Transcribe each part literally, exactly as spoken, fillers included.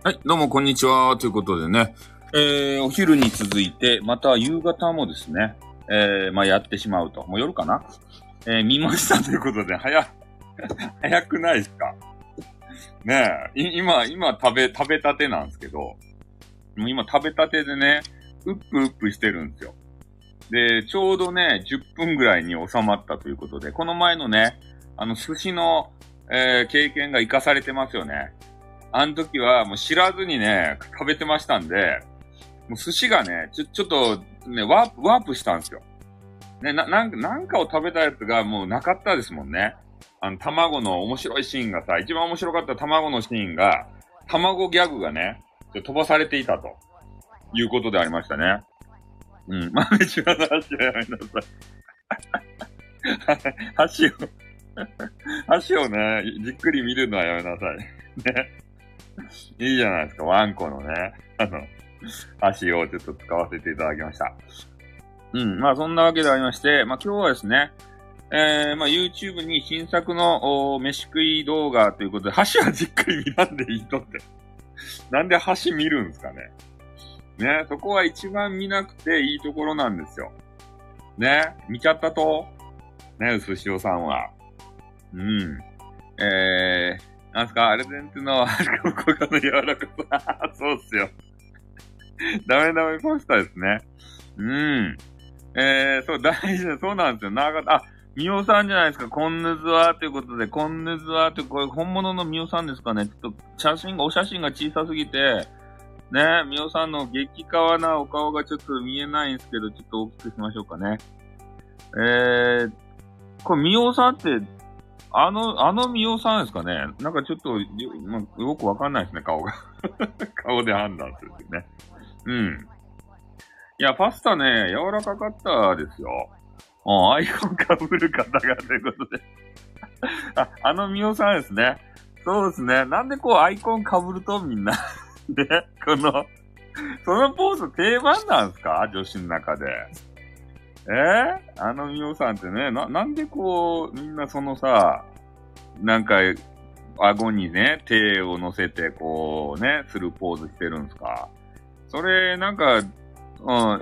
はい、どうもこんにちは。ということでね、えー、お昼に続いて、また夕方もですね、えー、まあやってしまうと。もう夜かなえー、見ましたということで、早、早くないですかねえ、い今、今食べ、食べたてなんですけど、もう今食べたてでね、うっぷうっぷしてるんですよ。で、ちょうどね、じゅっぷんぐらいに収まったということで、この前のね、あの、寿司の、えー、経験が活かされてますよね。あの時はもう知らずにね、食べてましたんで、もう寿司がね、ちょ、ちょっとね、ワープ、ワープしたんですよ。ね、な、なんか、なんかを食べたやつがもうなかったですもんね。あの、卵の面白いシーンがさ、一番面白かった卵のシーンが、卵ギャグがね、飛ばされていたと、いうことでありましたね。うん。豆知らの話はやめなさい。箸を、箸をね、じっくり見るのはやめなさい。ね。いいじゃないですか、ワンコのね、あの、足をちょっと使わせていただきました。うん、まあそんなわけでありまして、まあ今日はですね、えー、まあ YouTube に新作の飯食い動画ということで、箸はじっくり見らんでいいとって。なんで箸見るんですかね。ね、そこは一番見なくていいところなんですよ。ね、見ちゃったと、ね、うすしおさんは。うん。えー、なんすか、アルデンテのココカの柔らかさ。そうっすよ。ダメダメパスタですね。うん。えー、そう、大事だ。そうなんですよ。長かあ、みおさんじゃないですか。コンヌズワということで、コンヌズワってこれ本物のみおさんですかね。ちょっと写真が、お写真が小さすぎて、ね、みおさんの激川なお顔がちょっと見えないんですけど、ちょっと大きくしましょうかね。えー、これみおさんって、あの、あのみおさんですかね。なんかちょっとよ、よくわかんないですね、顔が。顔で判断するってね。うん。いや、パスタね、柔らかかったですよ。うん、アイコン被る方がということで。あ、あのみおさんですね。そうですね。なんでこうアイコン被るとみんな。で、この、そのポーズ定番なんですか女子の中で。えー、あのみおさんってね、な、なんでこう、みんなそのさ、なんか、顎にね、手を乗せてこうね、するポーズしてるんですかそれ、なんか、うん、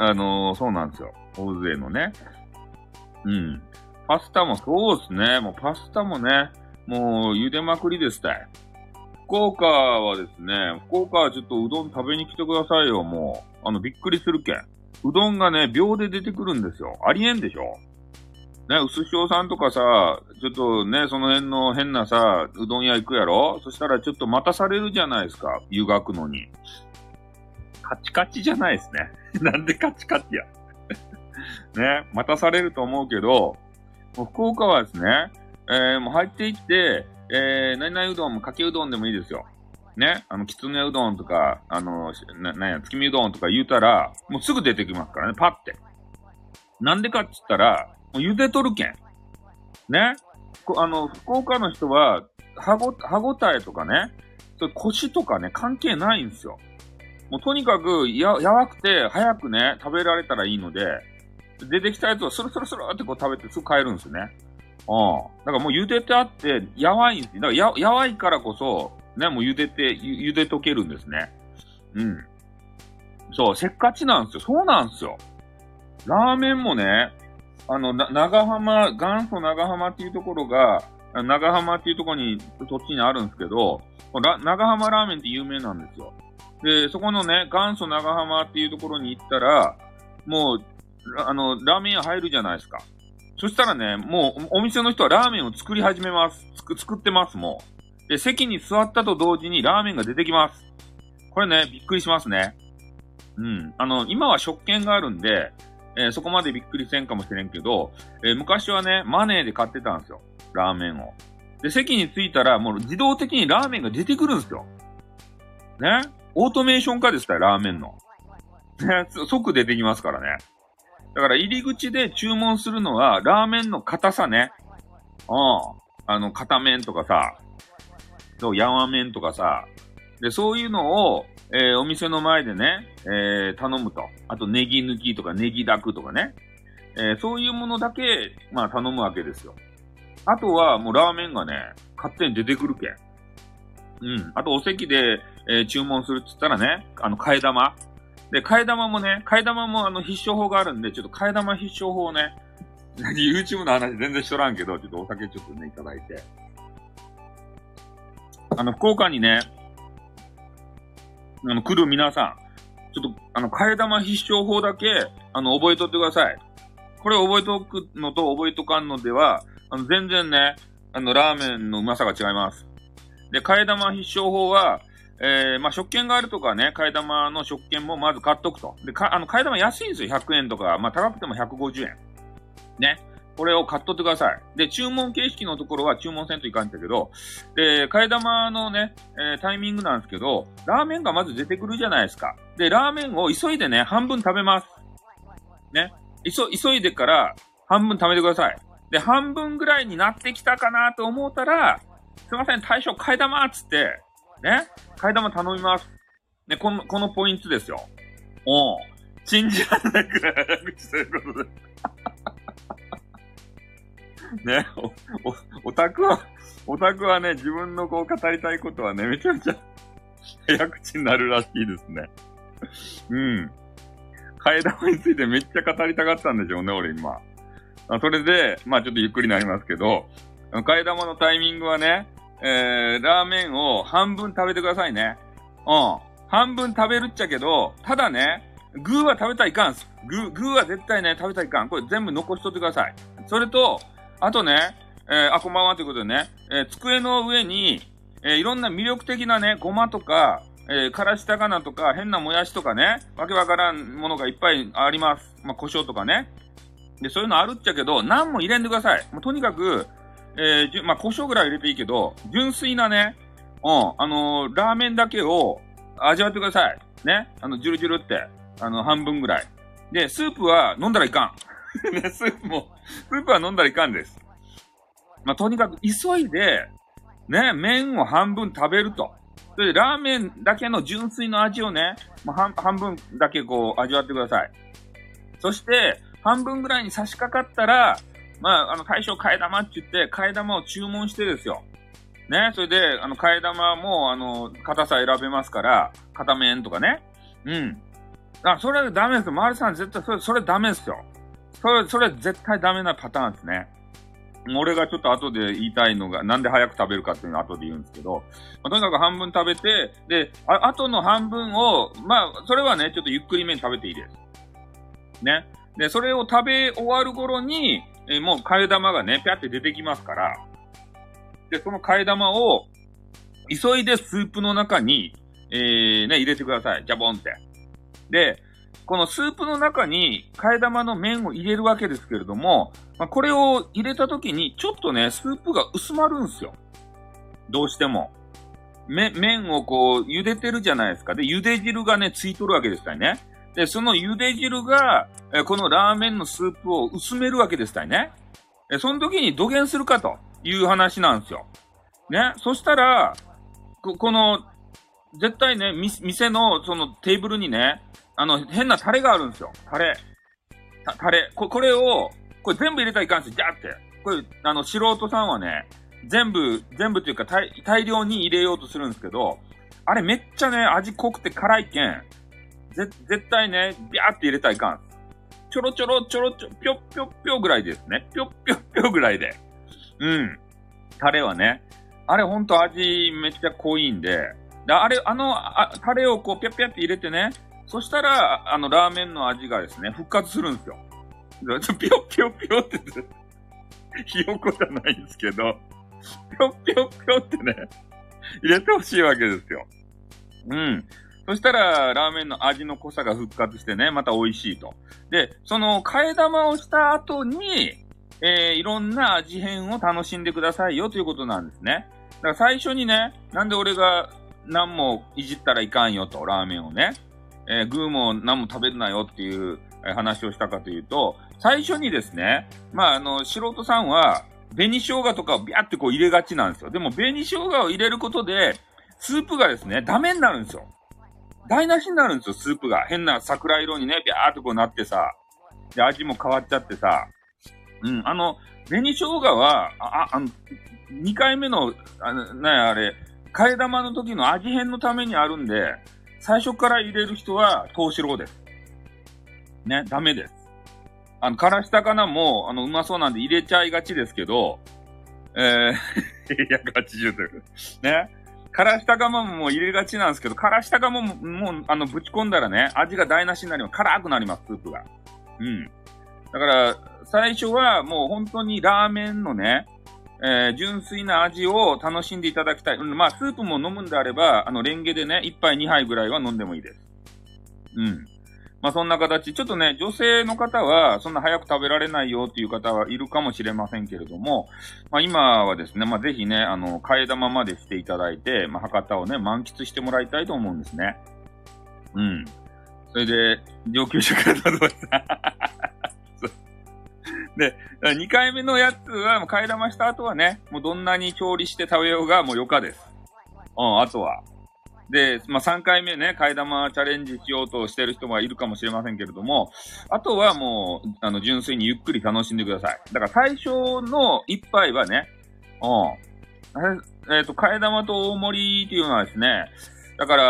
あのー、そうなんですよ。大勢のね。うん。パスタもそうですね。もうパスタもね、もう茹でまくりですたい。福岡はですね、福岡はちょっとうどん食べに来てくださいよ、もう。あの、びっくりするけん。うどんがね、秒で出てくるんですよ。ありえんでしょね、うすしおさんとかさ、ちょっとね、その辺の変なさ、うどん屋行くやろそしたらちょっと待たされるじゃないですか。湯がくのに。カチカチじゃないですね。なんでカチカチや。ね、待たされると思うけど、もう福岡はですね、えー、もう入っていって、えー、何々うどんもかけうどんでもいいですよ。ね、あの、きつねうどんとか、あの、な、なんや、月見うどんとか言うたら、もうすぐ出てきますからね、パって。なんでかって言ったら、もう茹でとるけん。ね。あの、福岡の人は、歯ご、歯ごたえとかね、それ腰とかね、関係ないんですよ。もうとにかく、や、やわくて、早くね、食べられたらいいので、出てきたやつをスルスルスルってこう食べてすぐ帰るんですよね。うん。だからもう茹でてあって、やわいんですよ。だからや、やわいからこそ、ね、もう茹でて、ゆ、茹で溶けるんですね。うん。そう、せっかちなんですよ。そうなんですよ。ラーメンもね、あの、な、長浜、元祖長浜っていうところが、長浜っていうところに、土地にあるんですけど、ら長浜ラーメンって有名なんですよ。で、そこのね、元祖長浜っていうところに行ったら、もう、あの、ラーメン屋入るじゃないですか。そしたらね、もう、お店の人はラーメンを作り始めます。つく、作ってます、もう。で、席に座ったと同時にラーメンが出てきます。これね、びっくりしますね。うん。あの、今は食券があるんで、えー、そこまでびっくりせんかもしれんけど、えー、昔はね、マネーで買ってたんですよ。ラーメンを。で、席に着いたら、もう自動的にラーメンが出てくるんですよ。ね。オートメーション化ですから、ラーメンの。ね、即出てきますからね。だから入り口で注文するのは、ラーメンの硬さね。うん。あの、硬麺とかさ、そう、やわ麺とかさ。で、そういうのを、えー、お店の前でね、えー、頼むと。あと、ネギ抜きとか、ネギだくとかね。えー、そういうものだけ、まあ、頼むわけですよ。あとは、もうラーメンがね、勝手に出てくるけん。うん。あと、お席で、 えー、注文するって言ったらね、あの、替え玉。で、替え玉もね、替え玉もあの、必勝法があるんで、ちょっと替え玉必勝法をね、YouTube の話全然しとらんけど、ちょっとお酒ちょっとね、いただいて。あの、福岡にね、あの、来る皆さん、ちょっと、あの、替え玉必勝法だけ、あの、覚えとってください。これ覚えとくのと覚えとかんのでは、あの、全然ね、あの、ラーメンのうまさが違います。で、替え玉必勝法は、えー、まあ、食券があるとかね、替え玉の食券もまず買っとくと。で、か、あの、替え玉安いんですよ。ひゃくえんとか、まあ、高くてもひゃくごじゅうえん。ね。これを買っとってください。で、注文形式のところは注文せんといかんだけど、で、替え玉のね、えー、タイミングなんですけど、ラーメンがまず出てくるじゃないですか。で、ラーメンを急いでね、半分食べます。ね。急、急いでから半分食べてください。で、半分ぐらいになってきたかなと思ったら、すいません、大将、替え玉っつって、ね。替え玉頼みます。ね、この、このポイントですよ。おう。信じられないくらい早口ということで。ね、お、お、オタクは、オタクはね、自分のこう語りたいことはね、めちゃめちゃ早口になるらしいですね。うん。替え玉についてめっちゃ語りたかったんでしょうね、俺今。あそれで、まあちょっとゆっくりになりますけど、替え玉のタイミングはね、えー、ラーメンを半分食べてくださいね。うん。半分食べるっちゃけど、ただね、具は食べたらいかんす。具、具は絶対ね、食べたらいかん。これ全部残しとってください。それと、あとね、えー、あ、こんばんはということでね、えー、机の上に、えー、いろんな魅力的なね、ごまとか、えー、からし高菜とか、変なもやしとかね、わけわからんものがいっぱいあります。まあ、胡椒とかね。で、そういうのあるっちゃけど、何も入れんでください。もうとにかく、えー、じゅ、まあ、胡椒ぐらい入れていいけど、純粋なね、うん、あのー、ラーメンだけを味わってください。ね。あの、ジュルジュルって、あの、半分ぐらい。で、スープは飲んだらいかん。ね、スープも、スープは飲んだらいかんです。まあ、とにかく急いで、ね、麺を半分食べると。それで、ラーメンだけの純粋な味をね、まあ、半、半分だけこう、味わってください。そして、半分ぐらいに差し掛かったら、まあ、あの、大将替え玉って言って、替え玉を注文してですよ。ね、それで、あの、替え玉も、あの、硬さ選べますから、片面とかね。うん。あ、それダメですよ。周りさん絶対、それ、それダメですよ。それ、それ絶対ダメなパターンですね。俺がちょっと後で言いたいのが、なんで早く食べるかっていうのを後で言うんですけど、まあ、とにかく半分食べて、で、あ、後の半分を、まあ、それはね、ちょっとゆっくりめに食べていいです。ね。で、それを食べ終わる頃に、えー、もう替え玉がね、ぴゃって出てきますから、で、その替え玉を、急いでスープの中に、えー、ね、入れてください。ジャボンって。で、このスープの中に替え玉の麺を入れるわけですけれども、まあ、これを入れた時にちょっとね、スープが薄まるんですよ。どうしても。め、麺をこう茹でてるじゃないですか。で、茹で汁がね、ついとるわけですからね。で、その茹で汁が、えこのラーメンのスープを薄めるわけですからね。え、その時に土下するかという話なんですよ。ね。そしたら、こ、この、絶対ね、み、店のそのテーブルにね、あの、変なタレがあるんですよ。タレ。た、タレ。こ、これを、これ全部入れたらいかんすよ。ジャーって。これ、あの、素人さんはね、全部、全部というか大、大量に入れようとするんですけど、あれめっちゃね、味濃くて辛いけん、ぜ、絶対ね、ビャーって入れたらいかん。ちょろちょろちょろちょ、ぴょっぴょっぴょぐらいですね。ぴょっぴょっぴょぐらいで。うん。タレはね。あれほんと味めっちゃ濃いんで、であれ、あの、あ、タレをこう、ぴゃっぴゃって入れてね、そしたら、あの、ラーメンの味がですね、復活するんですよ。ぴょっぴょっぴょって、ひよこじゃないんですけど、ぴょっぴょっぴょってね、入れてほしいわけですよ。うん。そしたら、ラーメンの味の濃さが復活してね、また美味しいと。で、その、替え玉をした後に、えー、いろんな味変を楽しんでくださいよということなんですね。だから最初にね、なんで俺が何もいじったらいかんよと、ラーメンをね。えー、グーも何も食べるなよっていう話をしたかというと、最初にですね、まあ、あの、素人さんは、紅生姜とかをビャってこう入れがちなんですよ。でも、紅生姜を入れることで、スープがですね、ダメになるんですよ。台無しになるんですよ、スープが。変な桜色にね、ビャーってこうなってさ、で、味も変わっちゃってさ、うん、あの、紅生姜は、あ、あの、にかいめの、あの、なやあれ、 替え玉の時の味変のためにあるんで、最初から入れる人は東四郎です。ね、ダメです。あの、からし高菜も、あの、うまそうなんで入れちゃいがちですけど、えー、ひゃくはちじゅうという。ね。からし高菜も入れがちなんですけど、からし高菜も、もう、あの、ぶち込んだらね、味が台無しになります。辛くなります、スープが。うん。だから、最初はもう本当にラーメンのね、えー、純粋な味を楽しんでいただきたい。うん、まあ、スープも飲むんであれば、あの、レンゲでね、いっぱいにはいぐらいは飲んでもいいです。うん。まあ、そんな形。ちょっとね、女性の方は、そんな早く食べられないよっていう方はいるかもしれませんけれども、まあ、今はですね、まあ、ぜひね、あの、替え玉までしていただいて、まあ、博多をね、満喫してもらいたいと思うんですね。うん。それで、上級者からどうですかで、にかいめのやつは、替え玉した後はね、もうどんなに調理して食べようがもう余暇です。うん、あとは。で、まあ、さんかいめね、替え玉チャレンジしようとしてる人がいるかもしれませんけれども、あとはもう、あの、純粋にゆっくり楽しんでください。だから最初の一杯はね、うん。えっと、替え玉と大盛りっていうのはですね、だから、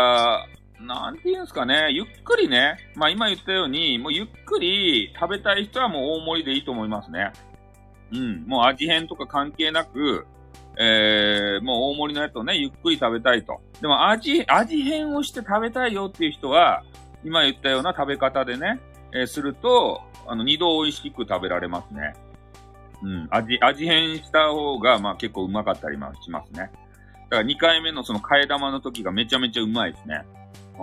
なんて言うんですかね、ゆっくりね、まあ今言ったように、もうゆっくり食べたい人はもう大盛りでいいと思いますね。うん、もう味変とか関係なく、えー、もう大盛りのやつをね、ゆっくり食べたいと。でも味、味変をして食べたいよっていう人は、今言ったような食べ方でね、えー、すると、あの、二度美味しく食べられますね。うん、味、味変した方が、まあ結構うまかったりしますね。だからにかいめのその替え玉の時がめちゃめちゃうまいですね。うん。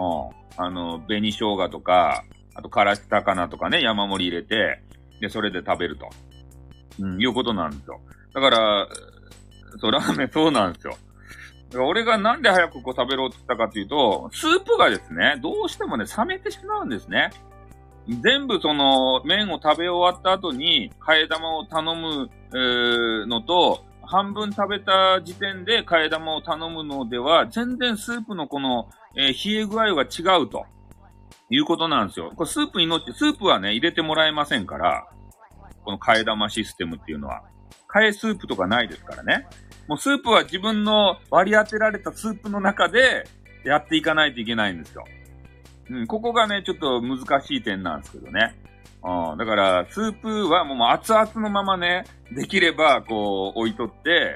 あの、紅生姜とか、あと、からし高菜とかね、山盛り入れて、で、それで食べると。うん、いうことなんですよ。だから、そう、ラーメンそうなんですよ。だから俺がなんで早くこう食べろって言ったかというと、スープがですね、どうしてもね、冷めてしまうんですね。全部その、麺を食べ終わった後に、替え玉を頼む、えー、のと、半分食べた時点で替え玉を頼むのでは、全然スープのこの、えー、冷え具合が違うということなんですよ。これスープに乗って、スープはね、入れてもらえませんから、この替え玉システムっていうのは。替えスープとかないですからね。もうスープは自分の割り当てられたスープの中でやっていかないといけないんですよ。うん、ここがね、ちょっと難しい点なんですけどね。うん、だから、スープはもう熱々のままね、できれば、こう、置いとって、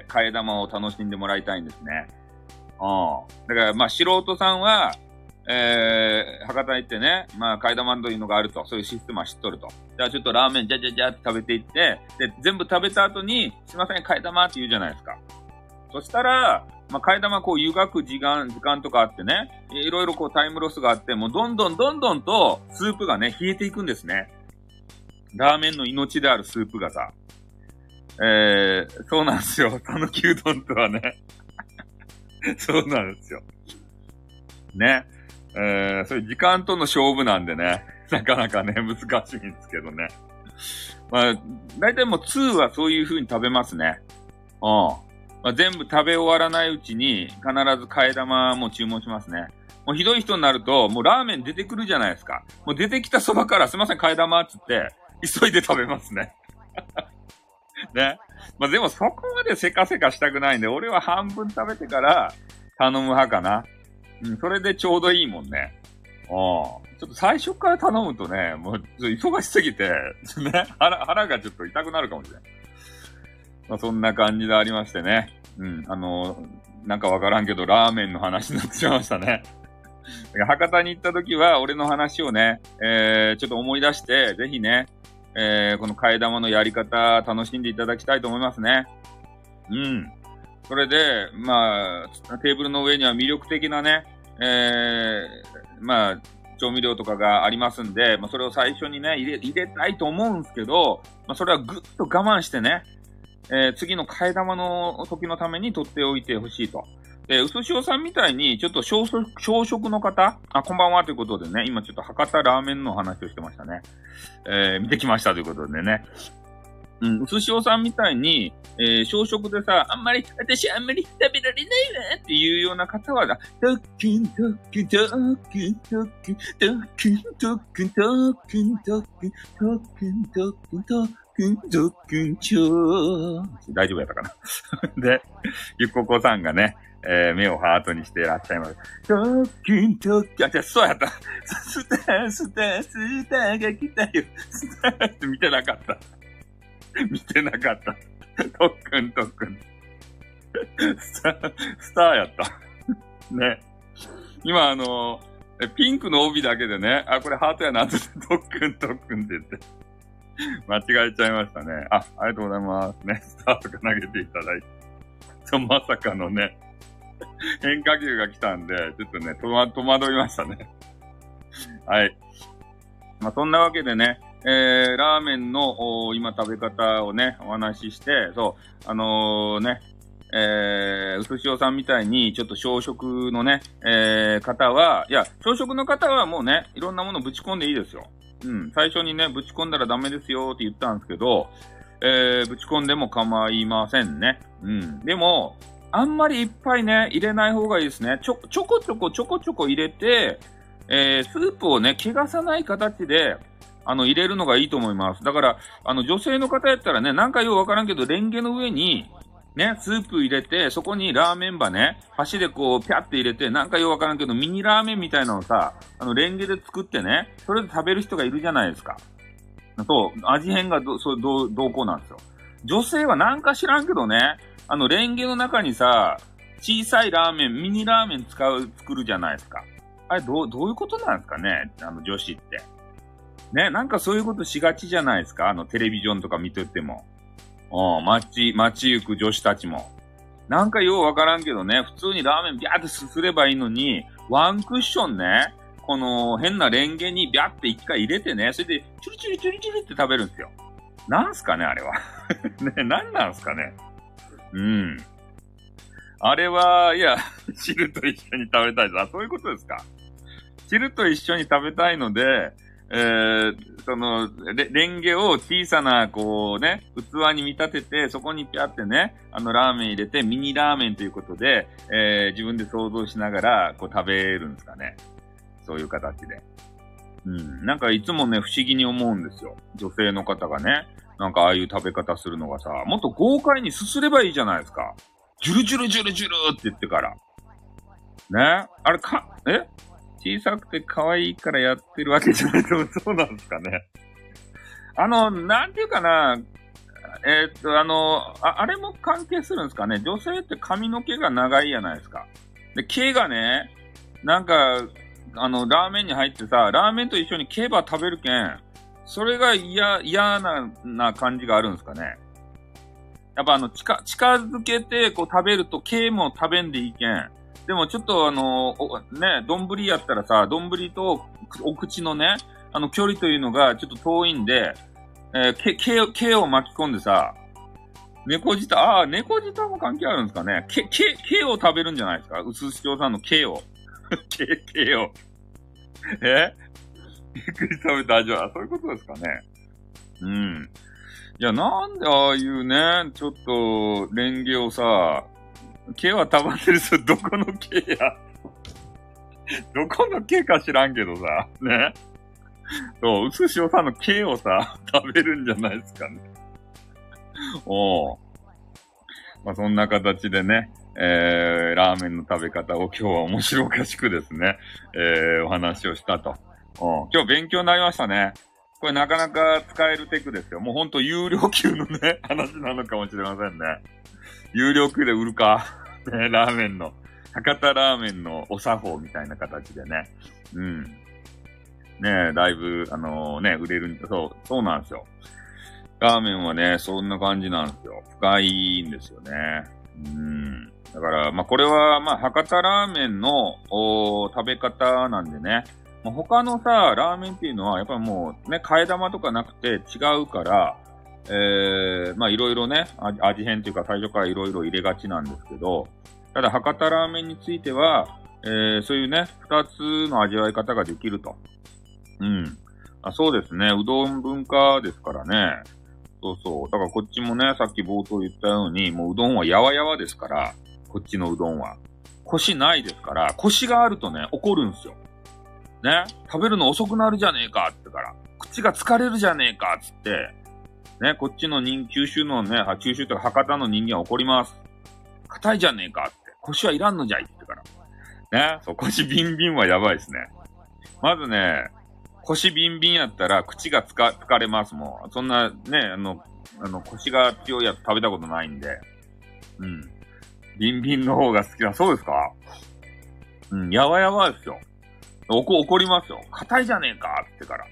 替え玉を楽しんでもらいたいんですね。うん。だから、まあ、素人さんは、えー、博多行ってね、まあ、替え玉というのがあると、そういうシステムは知っとると。じゃあ、ちょっとラーメン、じゃじゃじゃって食べていって、で、全部食べた後に、すいません、替え玉って言うじゃないですか。そしたら、まあ、替え玉こう湯がく時間、時間とかあってね、いろいろこうタイムロスがあって、もうどんどんどんどんとスープがね、冷えていくんですね。ラーメンの命であるスープがさ。えー、そうなんですよ。たぬきうどんとはね。そうなんですよ。ね。えー、そういう時間との勝負なんでね。なかなかね、難しいんですけどね。まあ、だいたいもうにはそういう風に食べますね。うん。まあ、全部食べ終わらないうちに必ず替え玉も注文しますね。もうひどい人になると、もうラーメン出てくるじゃないですか。もう出てきたそばからすいません替え玉っつって、急いで食べますね。ね。まあでもそこまでせかせかしたくないんで、俺は半分食べてから頼む派かな。うん、それでちょうどいいもんね。うん。ちょっと最初から頼むとね、もう忙しすぎて、ね、腹、腹がちょっと痛くなるかもしれない。まあそんな感じでありましてね。うん。あの、なんかわからんけど、ラーメンの話になってしまいましたね。博多に行った時は、俺の話をね、えー、ちょっと思い出して、ぜひね、えー、この替え玉のやり方、楽しんでいただきたいと思いますね。うん。それで、まあ、テーブルの上には魅力的なね、えー、まあ、調味料とかがありますんで、まあ、それを最初にね、入れ、入れたいと思うんですけど、まあ、それはぐっと我慢してね、えー、次の替え玉の時のために取っておいてほしいと。で、うすしおさんみたいに、ちょっと小食、小食の方あ、こんばんはということでね、今ちょっと博多ラーメンの話をしてましたね。えー、見てきましたということでね。 うん、うすしおさんみたいに、えー、小食でさ、あんまり、私あんまり食べられないわっていうような方は、トッキントッキントッキントッキントッキントッキントッキントッキントッキントッキントッキントッキンチョー。大丈夫やったかなで、ゆっここさんがね、えー、目をハートにしていらっしゃいます。トッキントッキン、あ、じゃあそうやった。スタースタースターが来たよ。スターって見てなかった。見てなかった。特訓特訓。スター、スターやった。ね。今あのー、ピンクの帯だけでね、あ、これハートやなって特訓特訓って言って。間違えちゃいましたね。あ、ありがとうございますね。スターとか投げていただいて。そう、まさかのね、変化球が来たんで、ちょっとね、とま、戸惑いましたね。はい。まあ、そんなわけでね、えー、ラーメンの今食べ方をね、お話しして、そう、あのー、ね、えー、うすしおさんみたいに、ちょっと小食のね、えー、方は、いや、小食の方はもうね、いろんなものぶち込んでいいですよ。うん、最初にね、ぶち込んだらダメですよって言ったんですけど、えー、ぶち込んでも構いませんね。うん。でも、あんまりいっぱいね、入れない方がいいですね。ちょ、ちょこちょこちょこちょこ入れて、えー、スープをね、汚さない形で、あの、入れるのがいいと思います。だから、あの、女性の方やったらね、なんかようわからんけど、レンゲの上に、ね、スープ入れて、そこにラーメン場ね、箸でこう、ピャって入れて、なんかようわからんけど、ミニラーメンみたいなのをさ、あの、レンゲで作ってね、それで食べる人がいるじゃないですか。そう、味変がど、そう、どう、どうこうなんですよ。女性はなんか知らんけどね、あの、レンゲの中にさ、小さいラーメン、ミニラーメン使う、作るじゃないですか。あれ、どう、どういうことなんですかね、あの、女子って。ね、なんかそういうことしがちじゃないですか、あの、テレビジョンとか見てても。うん、街、街行く女子たちも。なんかようわからんけどね、普通にラーメンビャーってすすればいいのに、ワンクッションね、この変なレンゲにビャーって一回入れてね、それでチュルチュルチュルチュルって食べるんですよ。なんすかね、あれは。ね、なんなんすかね。うん。あれは、いや、汁と一緒に食べたいです。あ、そういうことですか。汁と一緒に食べたいので、えー、そのレ、レンゲを小さな、こうね、器に見立てて、そこにピャってね、あの、ラーメン入れて、ミニラーメンということで、えー、自分で想像しながら、こう食べるんですかね。そういう形で。うん。なんかいつもね、不思議に思うんですよ。女性の方がね、なんかああいう食べ方するのがさ、もっと豪快にすすればいいじゃないですか。ジュルジュルジュルジュルって言ってから。ね。あれか、え小さくて可愛いからやってるわけじゃないと、そうなんですかね。あの、なんていうかな、えー、っと、あのあ、あれも関係するんですかね。女性って髪の毛が長いじゃないですか。で、毛がね、なんか、あの、ラーメンに入ってさ、ラーメンと一緒に毛羽食べるけん、それが嫌、嫌な、な感じがあるんですかね。やっぱあの、近、近づけて、こう食べると毛も食べんでいいけん。でもちょっとあの、ね、丼やったらさ、丼とお口のね、あの距離というのがちょっと遠いんで、えー、毛、毛を、毛を巻き込んでさ、猫舌、ああ、猫舌も関係あるんですかね。毛、毛、毛を食べるんじゃないですか、うすしおさんの毛を。毛、毛を。えゆっくり食べた味は、そういうことですかね。うん。いや、なんでああいうね、ちょっと、レンゲをさ、毛は束ねる人、どこの毛やどこの毛か知らんけどさ、ね。そう、うすしおさんの毛をさ、食べるんじゃないですかね。おう。まあ、そんな形でね、えー、ラーメンの食べ方を今日は面白おかしくですね、えー、お話をしたと。おう。今日勉強になりましたね。これなかなか使えるテクですよ。もうほんと有料級のね、話なのかもしれませんね。有料級で売るか。ね、ラーメンの、博多ラーメンのお作法みたいな形でね。うん。ね、だいぶ、あのー、ね、売れる、そう、そうなんですよ。ラーメンはね、そんな感じなんですよ。深いんですよね。うん。だから、まあ、これは、まあ、博多ラーメンの、お食べ方なんでね。まあ、他のさ、ラーメンっていうのは、やっぱりもう、ね、替え玉とかなくて違うから、えー、まあ、いろいろね、味変というか最初からいろいろ入れがちなんですけど、ただ、博多ラーメンについては、えー、そういうね、二つの味わい方ができると。うん。あ、そうですね。うどん文化ですからね。 そうそう。だからこっちもね、さっき冒頭言ったように、もううどんはやわやわですから、こっちのうどんは。コシないですから、コシがあるとね、怒るんですよ。ね。食べるの遅くなるじゃねえかってから。口が疲れるじゃねえかっつって、ね、こっちの人、九州のね、九州とか博多の人間は怒ります。硬いじゃねえかって。コシはいらんのじゃいってから。ね。そう、コシビンビンはやばいですね。まずね、腰ビンビンやったら口がつか、疲れますもん。そんなね、あの、あの、腰が強いやつ食べたことないんで。うん。ビンビンの方が好きな、そうですか？うん、やわやわですよ。おこ、怒りますよ。硬いじゃねえかってから。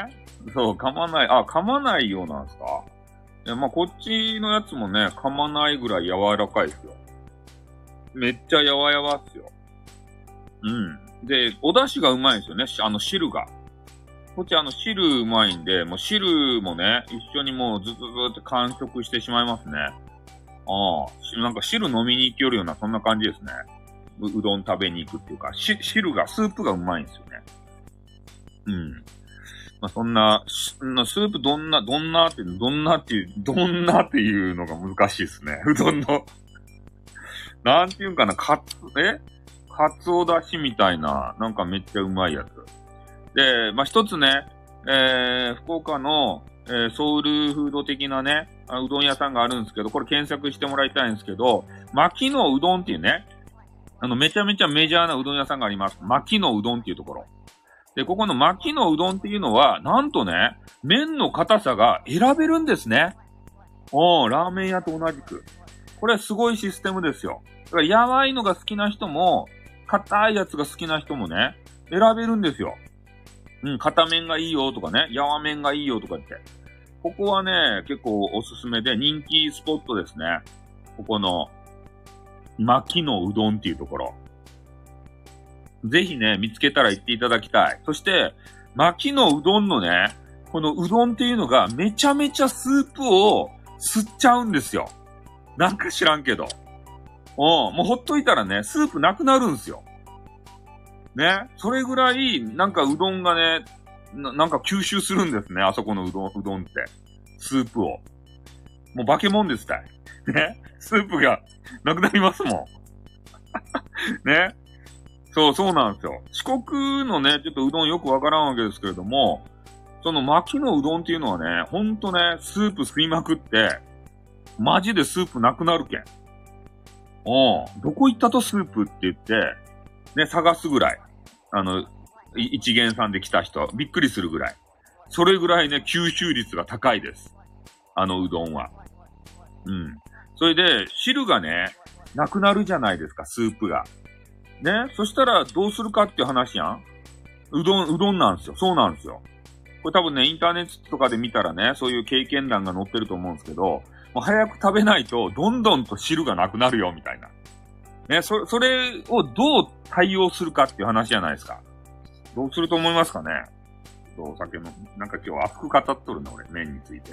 ね？そう、噛まない、あ、噛まないようなんですか？いや、まあ、こっちのやつもね、噛まないぐらい柔らかいですよ。めっちゃやわやわっすよ。うん。で、お出汁がうまいんですよね。あの汁が。こっちあの汁うまいんで、もう汁もね、一緒にもうずっとずっと完食してしまいますね。ああ、なんか汁飲みに行きよるような、そんな感じですね。う、うどん食べに行くっていうか、し、汁が、スープがうまいんですよね。うん。まあ、そんな、スープどんな、どんなっていう、どんなっていう、どんなっていうのが難しいですね。うどんの、なんていうんかな、かつ、えかつおだしみたいな、なんかめっちゃうまいやつ。で、まあ、一つね、えー、福岡の、えー、ソウルフード的なね、あうどん屋さんがあるんですけど、これ検索してもらいたいんですけど、牧野うどんっていうね、あの、めちゃめちゃメジャーなうどん屋さんがあります。牧野うどんっていうところ。で、ここの牧野うどんっていうのは、なんとね、麺の硬さが選べるんですね。おー、ラーメン屋と同じく。これはすごいシステムですよ。だから、やわいのが好きな人も、硬いやつが好きな人もね、選べるんですよ。うん、片面がいいよとかね、やわ麺がいいよとかって。ここはね、結構おすすめで人気スポットですね。ここの、牧野うどんっていうところ。ぜひね、見つけたら行っていただきたい。そして、牧野うどんのね、このうどんっていうのがめちゃめちゃスープを吸っちゃうんですよ。なんか知らんけど。おもうほっといたらね、スープなくなるんですよ。ね。それぐらい、なんかうどんがね、な、なんか吸収するんですね。あそこのうどん、うどんって。スープを。もう化け物ですたい。ね。スープがなくなりますもん。ね。そう、そうなんですよ。四国のね、ちょっとうどんよくわからんわけですけれども、その牧のうどんっていうのはね、ほんとね、スープ吸いまくって、マジでスープなくなるけん。おう、どこ行ったとスープって言って、ね、探すぐらい。あの、一元さんで来た人、びっくりするぐらい。それぐらいね、吸収率が高いです。あのうどんは。うん。それで、汁がね、なくなるじゃないですか、スープが。ね。そしたら、どうするかっていう話やん。うどん、うどんなんですよ。そうなんですよ。これ多分ね、インターネットとかで見たらね、そういう経験談が載ってると思うんですけど、もう早く食べないと、どんどんと汁がなくなるよ、みたいな。ね、そ、それをどう対応するかっていう話じゃないですか。どうすると思いますかね。お酒の、なんか今日熱く語っとるな、俺、麺について。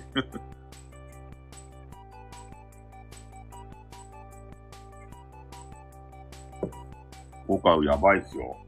今回やばいっすよ。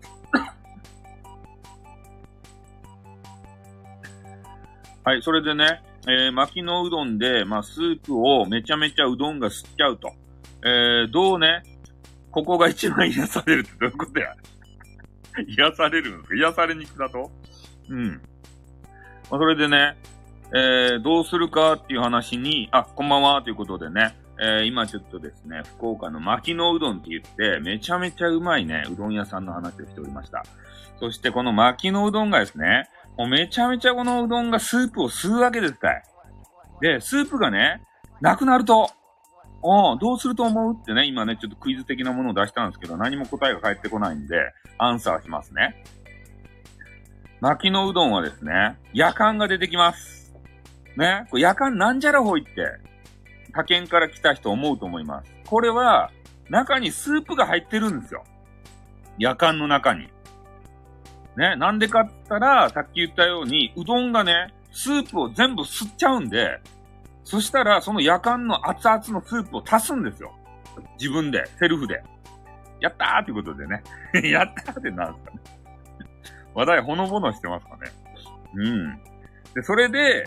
はい、それでね、えー、巻きのうどんで、まあ、スープをめちゃめちゃうどんが吸っちゃうと。えー、どうね、ここが一番癒されるってどういうことや癒されるんですか？癒されに来たとうん。まあ、それでね、えー、どうするかっていう話に、あ、こんばんはということでね、えー、今ちょっとですね、福岡の巻のうどんって言って、めちゃめちゃうまいね、うどん屋さんの話をしておりました。そしてこの巻のうどんがですね、もうめちゃめちゃこのうどんがスープを吸うわけですたい。で、スープがね、なくなると、おどうすると思うってね、今ね、ちょっとクイズ的なものを出したんですけど、何も答えが返ってこないんで、アンサーしますね。巻きのうどんはですね、夜間が出てきます。ね、これ夜間なんじゃらほいって、他県から来た人思うと思います。これは、中にスープが入ってるんですよ。夜間の中に。ね、なんでかって言ったら、さっき言ったように、うどんがね、スープを全部吸っちゃうんで、そしたら、その夜間の熱々のスープを足すんですよ。自分で、セルフで。やったーってことでね。やったーってなんですかね。話題ほのぼのしてますかね。うん。で、それで、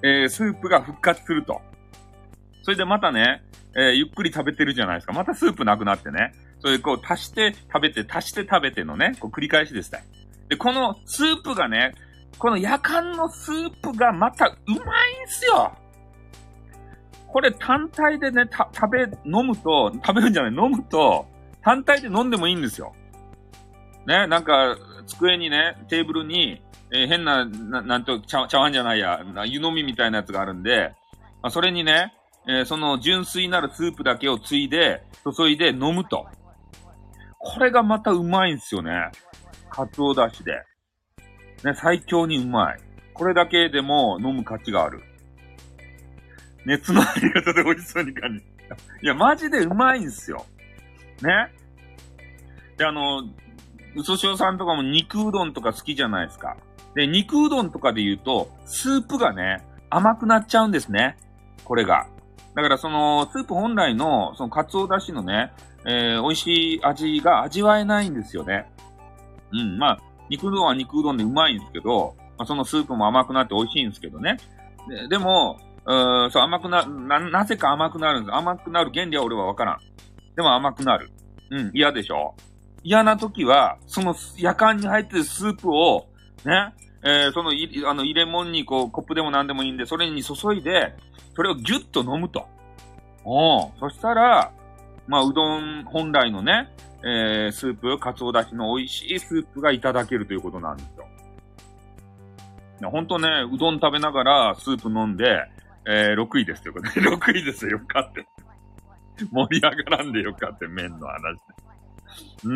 えー、スープが復活すると。それでまたね、えー、ゆっくり食べてるじゃないですか。またスープなくなってね。それでこう足して食べて足して食べてのね、こう繰り返しですね。で、このスープがね、この夜間のスープがまたうまいんすよ。これ単体でね、た、食べ、飲むと、食べるんじゃない、飲むと、単体で飲んでもいいんですよ。ね、なんか、机にね、テーブルに、えー、変な、な、なんと、茶、茶碗じゃないや、湯飲みみたいなやつがあるんで、まあ、それにね、えー、その純粋なるスープだけをついで、注いで飲むと。これがまたうまいんすよね。カツオだしで。ね、最強にうまい。これだけでも飲む価値がある。熱のあり方で美味しそうに感じ。いや、マジでうまいんすよ。ね。で、あの、うそしおさんとかも肉うどんとか好きじゃないですか。で、肉うどんとかで言うと、スープがね、甘くなっちゃうんですね。これが。だからその、スープ本来の、その、カツオだしのね、えー、美味しい味が味わえないんですよね。うん、まあ、肉うどんは肉うどんでうまいんですけど、まあ、そのスープも甘くなって美味しいんですけどね。で、でも、うーん、そう、甘くな、な、なぜか甘くなるんです。甘くなる原理は俺はわからん。でも甘くなる。うん、嫌でしょ？嫌な時は、その夜間に入ってるスープを、ね、えー、そのい、あの、入れ物にこう、コップでも何でもいいんで、それに注いで、それをギュッと飲むと。おー、そしたら、まあ、うどん本来のね、えー、スープ、かつおだしの美味しいスープがいただけるということなんですよ。いや、ほんとね、うどん食べながらスープ飲んで、えー、ろくいですということで、ろくいですよ、よかって。盛り上がらんでよかって、麺の話で。うん。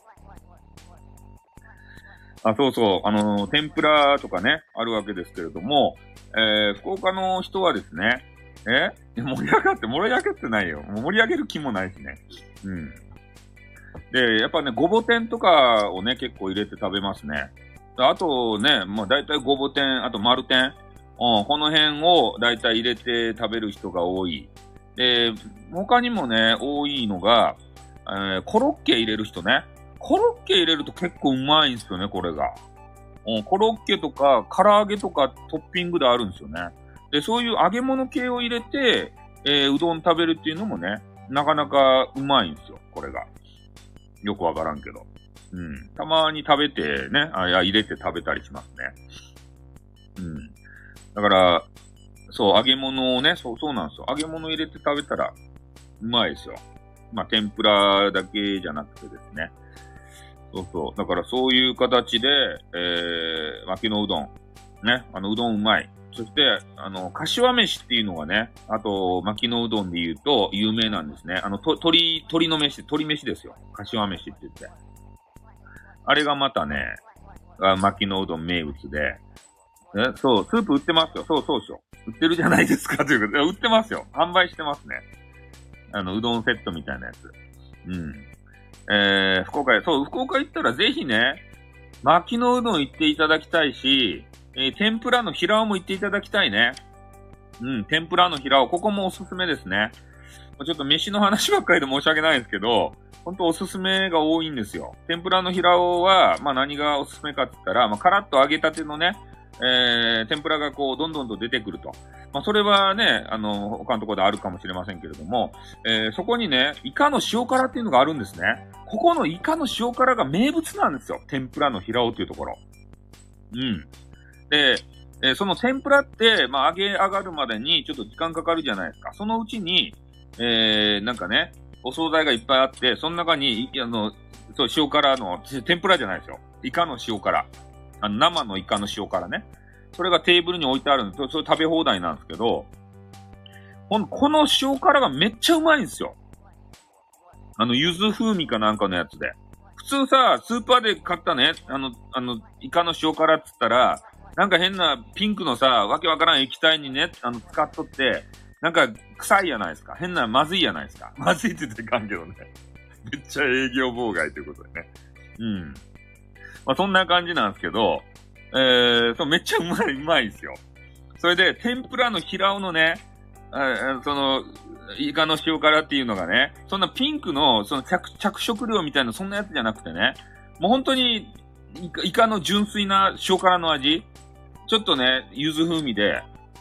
あ、そうそう、あのー、天ぷらとかね、あるわけですけれども、えー、福岡の人はですね、え盛り上がって、盛り上げってないよ。盛り上げる気もないしね。うん。で、やっぱね、ごぼ天とかをね、結構入れて食べますね。あとね、まあ大体ごぼ天、あと丸天、うん、この辺を大体入れて食べる人が多い。で、他にもね、多いのが、えー、コロッケ入れる人ね。コロッケ入れると結構うまいんですよね、これが。うん、コロッケとか、唐揚げとかトッピングであるんですよね。で、そういう揚げ物系を入れて、えー、うどん食べるっていうのもね、なかなかうまいんですよ、これが。よくわからんけど。うん。たまに食べてね、あ、いや、入れて食べたりしますね。うん。だから、そう、揚げ物をね、そう、そうなんですよ。揚げ物入れて食べたら、うまいですよ。まあ、天ぷらだけじゃなくてですね。そうそう。だからそういう形で、えー、巻きのうどん。ね。あの、うどんうまい。そして、あの、柏飯っていうのがね、あと、巻きのうどんで言うと有名なんですね。あの、と、鶏、鶏の飯、鶏飯ですよ。柏飯って言って。あれがまたね、あ巻きのうどん名物で、え、そう、スープ売ってますよ。そうそうそう。売ってるじゃないですかということで、売ってますよ。販売してますね。あの、うどんセットみたいなやつ。うん。えー、福岡へ、そう、福岡行ったらぜひね、巻きのうどん行っていただきたいし、えー、天ぷらの平尾も行っていただきたいね。うん、天ぷらの平尾、ここもおすすめですね。ちょっと飯の話ばっかりで申し訳ないんですけど、ほんとおすすめが多いんですよ。天ぷらの平尾は、まあ何がおすすめかって言ったら、まあカラッと揚げたてのね、えー、天ぷらがこう、どんどんと出てくると。まあそれはね、あの、他のところであるかもしれませんけれども、えー、そこにね、イカの塩辛っていうのがあるんですね。ここのイカの塩辛が名物なんですよ。天ぷらの平尾っていうところ。うん。で、えー、その天ぷらって、まあ揚げ上がるまでにちょっと時間かかるじゃないですか。そのうちに、えー、なんかね、お惣菜がいっぱいあって、その中に、あの、そう、塩辛の、天ぷらじゃないですよ。イカの塩辛。あの、生のイカの塩辛ね。それがテーブルに置いてあるんです。それ食べ放題なんですけど、この、この塩辛がめっちゃうまいんですよ。あの、柚子風味かなんかのやつで。普通さ、スーパーで買ったね、あの、あの、イカの塩辛っつったら、なんか変なピンクのさ、わけわからん液体にね、あの、使っとって、なんか、臭いやないですか。変な、まずいやないですか。まずいって言っていかんけどね。めっちゃ営業妨害ということでね。うん。まあ、そんな感じなんですけど、えー、そう、めっちゃうまい、うまいですよ。それで、天ぷらの平尾のね、あその、イカの塩辛っていうのがね、そんなピンクの、その着、着色料みたいな、そんなやつじゃなくてね、もう本当にイカ、イカの純粋な塩辛の味、ちょっとね、柚子風味で、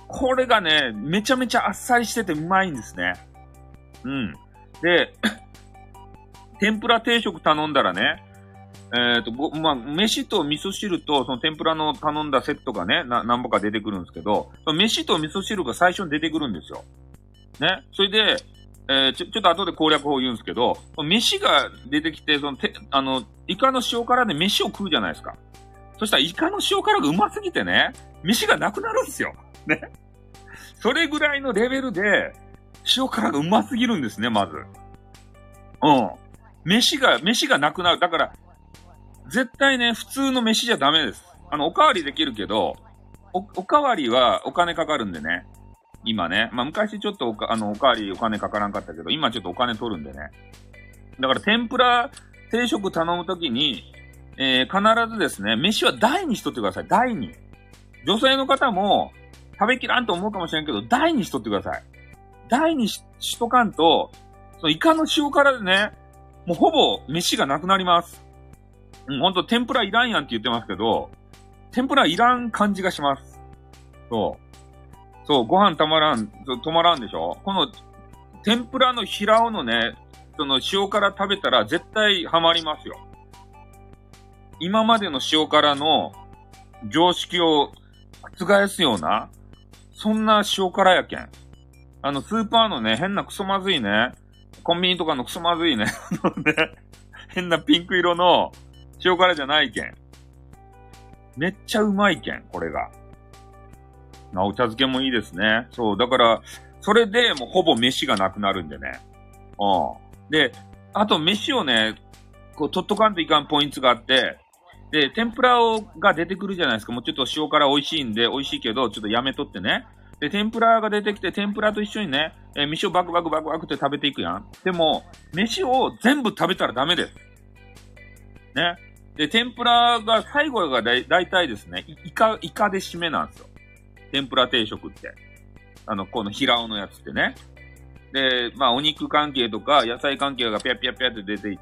これがね、めちゃめちゃあっさりしててうまいんですね。うん。で、天ぷら定食頼んだらね、えっと、ご、まあ、飯と味噌汁と、その天ぷらの頼んだセットがね、な、何ぼか出てくるんですけど、その飯と味噌汁が最初に出てくるんですよ。ね。それで、えー、ちょ、ちょっと後で攻略法言うんですけど、飯が出てきて、その、て、あの、イカの塩辛で飯を食うじゃないですか。そしたらイカの塩辛がうますぎてね、飯がなくなるんですよ。ね。それぐらいのレベルで、塩辛がうますぎるんですね、まず。うん。飯が、飯がなくなる。だから、絶対ね、普通の飯じゃダメです。あの、おかわりできるけど、お、おかわりはお金かかるんでね。今ね。まあ、昔ちょっとおか、あの、おかわりお金かからんかったけど、今ちょっとお金取るんでね。だから天ぷら定食頼むときに、えー、必ずですね、飯は大にしとってください。大に。女性の方も食べきらんと思うかもしれんけど、大にしとってください。大にし、しとかんと、そのイカの塩辛でね、もうほぼ飯がなくなります。うん、ほんと天ぷらいらんやんって言ってますけど、天ぷらいらん感じがします。そう。そう、ご飯たまらん、止まらんでしょ？この、天ぷらの平尾のね、その塩辛食べたら絶対ハマりますよ。今までの塩辛の常識を覆すような、そんな塩辛やけん。あの、スーパーのね、変なクソまずいね、コンビニとかのクソまずいね、あのね、変なピンク色の塩辛じゃないけん。めっちゃうまいけん、これが。あ、お茶漬けもいいですね。そう、だから、それでもうほぼ飯がなくなるんでね。うん。で、あと飯をね、こう、取っとかんといかんポイントがあって、で、天ぷらをが出てくるじゃないですか。もうちょっと塩辛美味しいんで、美味しいけど、ちょっとやめとってね。で、天ぷらが出てきて、天ぷらと一緒にね、えー、飯をバクバクバクバクって食べていくやん。でも、飯を全部食べたらダメです。ね。で、天ぷらが最後がだい、だいたいですね、イカ、イカで締めなんですよ。天ぷら定食って。あの、この平尾のやつってね。で、まあ、お肉関係とか野菜関係がピャピャピャって出ていって、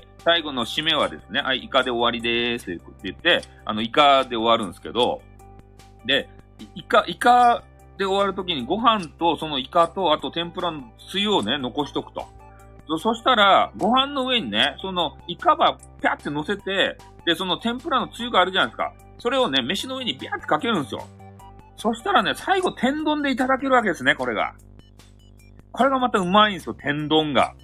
最後の締めはですね、はい、イカで終わりでーすって言って、あの、イカで終わるんですけど、で、イカ、イカで終わるときにご飯とそのイカと、あと天ぷらのつゆをね、残しとくと。そ、そしたら、ご飯の上にね、そのイカばピャって乗せて、で、その天ぷらのつゆがあるじゃないですか。それをね、飯の上にビャってかけるんですよ。そしたらね、最後天丼でいただけるわけですね、これが。これがまたうまいんですよ、天丼が。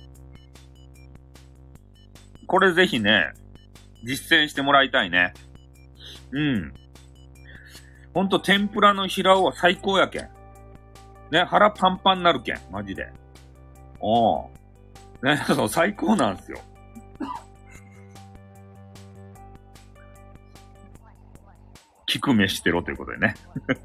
これぜひね、実践してもらいたいね。うん。ほんと天ぷらの平尾は最高やけん。ね、腹パンパンになるけん、マジで。おー。ね、そう、最高なんですよ。聞く飯してろということでね。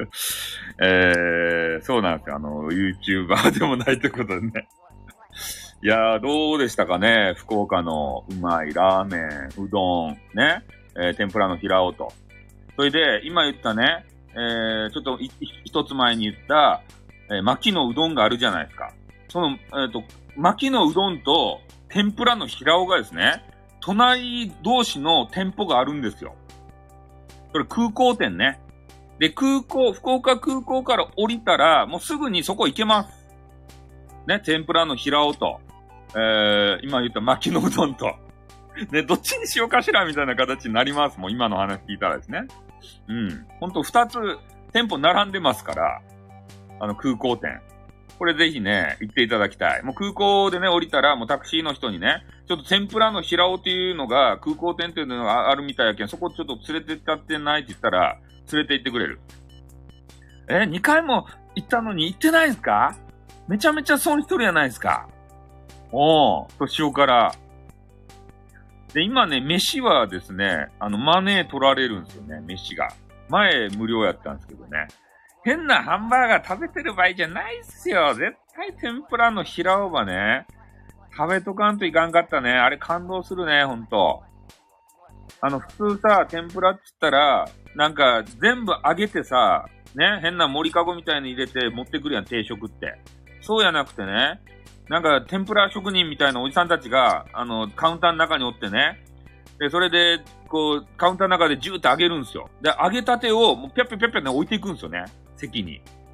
えー、そうなんですよ。あの、YouTuber でもないということでね。いやー、どうでしたかね、福岡のうまいラーメン、うどん、ね、えー、天ぷらの平尾と。それで、今言ったね、えー、ちょっと一つ前に言った、えー、巻きのうどんがあるじゃないですか。その、えっと、巻きのうどんと天ぷらの平尾がですね、隣同士の店舗があるんですよ。それ空港店ね。で、空港、福岡空港から降りたら、もうすぐにそこ行けます。ね、天ぷらの平尾と、えー、今言った巻きのうどんと。ね、どっちにしようかしらみたいな形になります。もう今の話聞いたらですね。うん。ほんと二つ店舗並んでますから、あの空港店。これぜひね、行っていただきたい。もう空港でね、降りたらもうタクシーの人にね、ちょっと天ぷらの平尾っていうのが空港店っていうのがあるみたいやけん、そこちょっと連れてってってないって言ったら、連れて行ってくれる。え、にかいも行ったのに行ってないんすか？めちゃめちゃ損しとるやないですか。おー、と塩辛。で、今ね、飯はですね、あの、マネー取られるんですよね、飯が。前無料やったんですけどね。変なハンバーガー食べてる場合じゃないっすよ。絶対天ぷらの平尾ばね、食べとかんといかんかったね。あれ感動するね、ほんと。あの、普通さ、天ぷらって言ったら、なんか全部揚げてさ、ね、変な盛りかごみたいに入れて持ってくるやん、定食って。そうやなくてね、なんか天ぷら職人みたいなおじさんたちが、あの、カウンターの中におってね、で、それで、こう、カウンターの中でジューって揚げるんですよ。で、揚げたてを、もうぴゃっぴゃぴゃっぴゃね、置いていくんですよね。席に。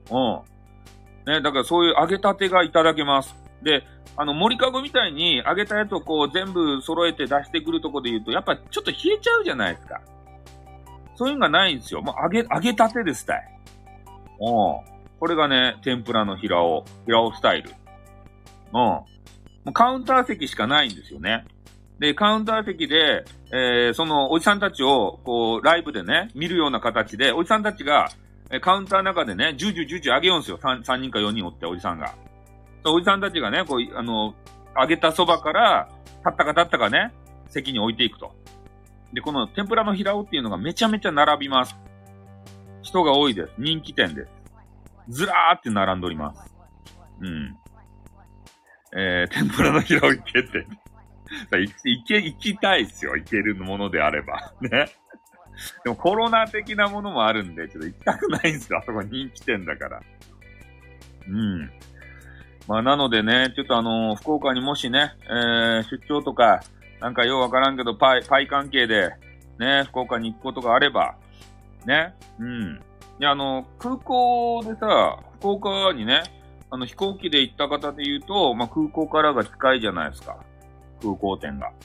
うん。ね、だからそういう揚げたてがいただけます。で、あの、森かごみたいに揚げたやつをこう全部揃えて出してくるとこで言うと、やっぱちょっと冷えちゃうじゃないですか。そういうのがないんですよ。もう揚げ、揚げたてですたい。うん。これがね、天ぷらの平尾、平尾スタイル。うん。もうカウンター席しかないんですよね。で、カウンター席で、えー、そのおじさんたちを、こう、ライブでね、見るような形で、おじさんたちが、えー、カウンターの中でね、じゅうじゅうじゅうじゅう揚げようんですよ。さん、さんにんかよにんおって、おじさんが。おじさんたちがね、こう、あの、揚げたそばから、たったかたったかね、席に置いていくと。で、この天ぷらの平尾っていうのがめちゃめちゃ並びます。人が多いです。人気店です。ずらーって並んでおります。うん。えー、天ぷらの平尾いけって。いけ、行きたいっすよ。行けるものであれば。ね。でもコロナ的なものもあるんで、ちょっと行きたくないんですよ。あそこ人気店だから。うん。まあ、なのでね、ちょっとあのー、福岡にもしね、えー、出張とか、なんかようわからんけど、パイ、パイ関係で、ね、福岡に行くことがあれば、ね、うん。いや、あの、空港でさ、福岡にね、あの、飛行機で行った方で言うと、まあ、空港からが近いじゃないですか。空港店が。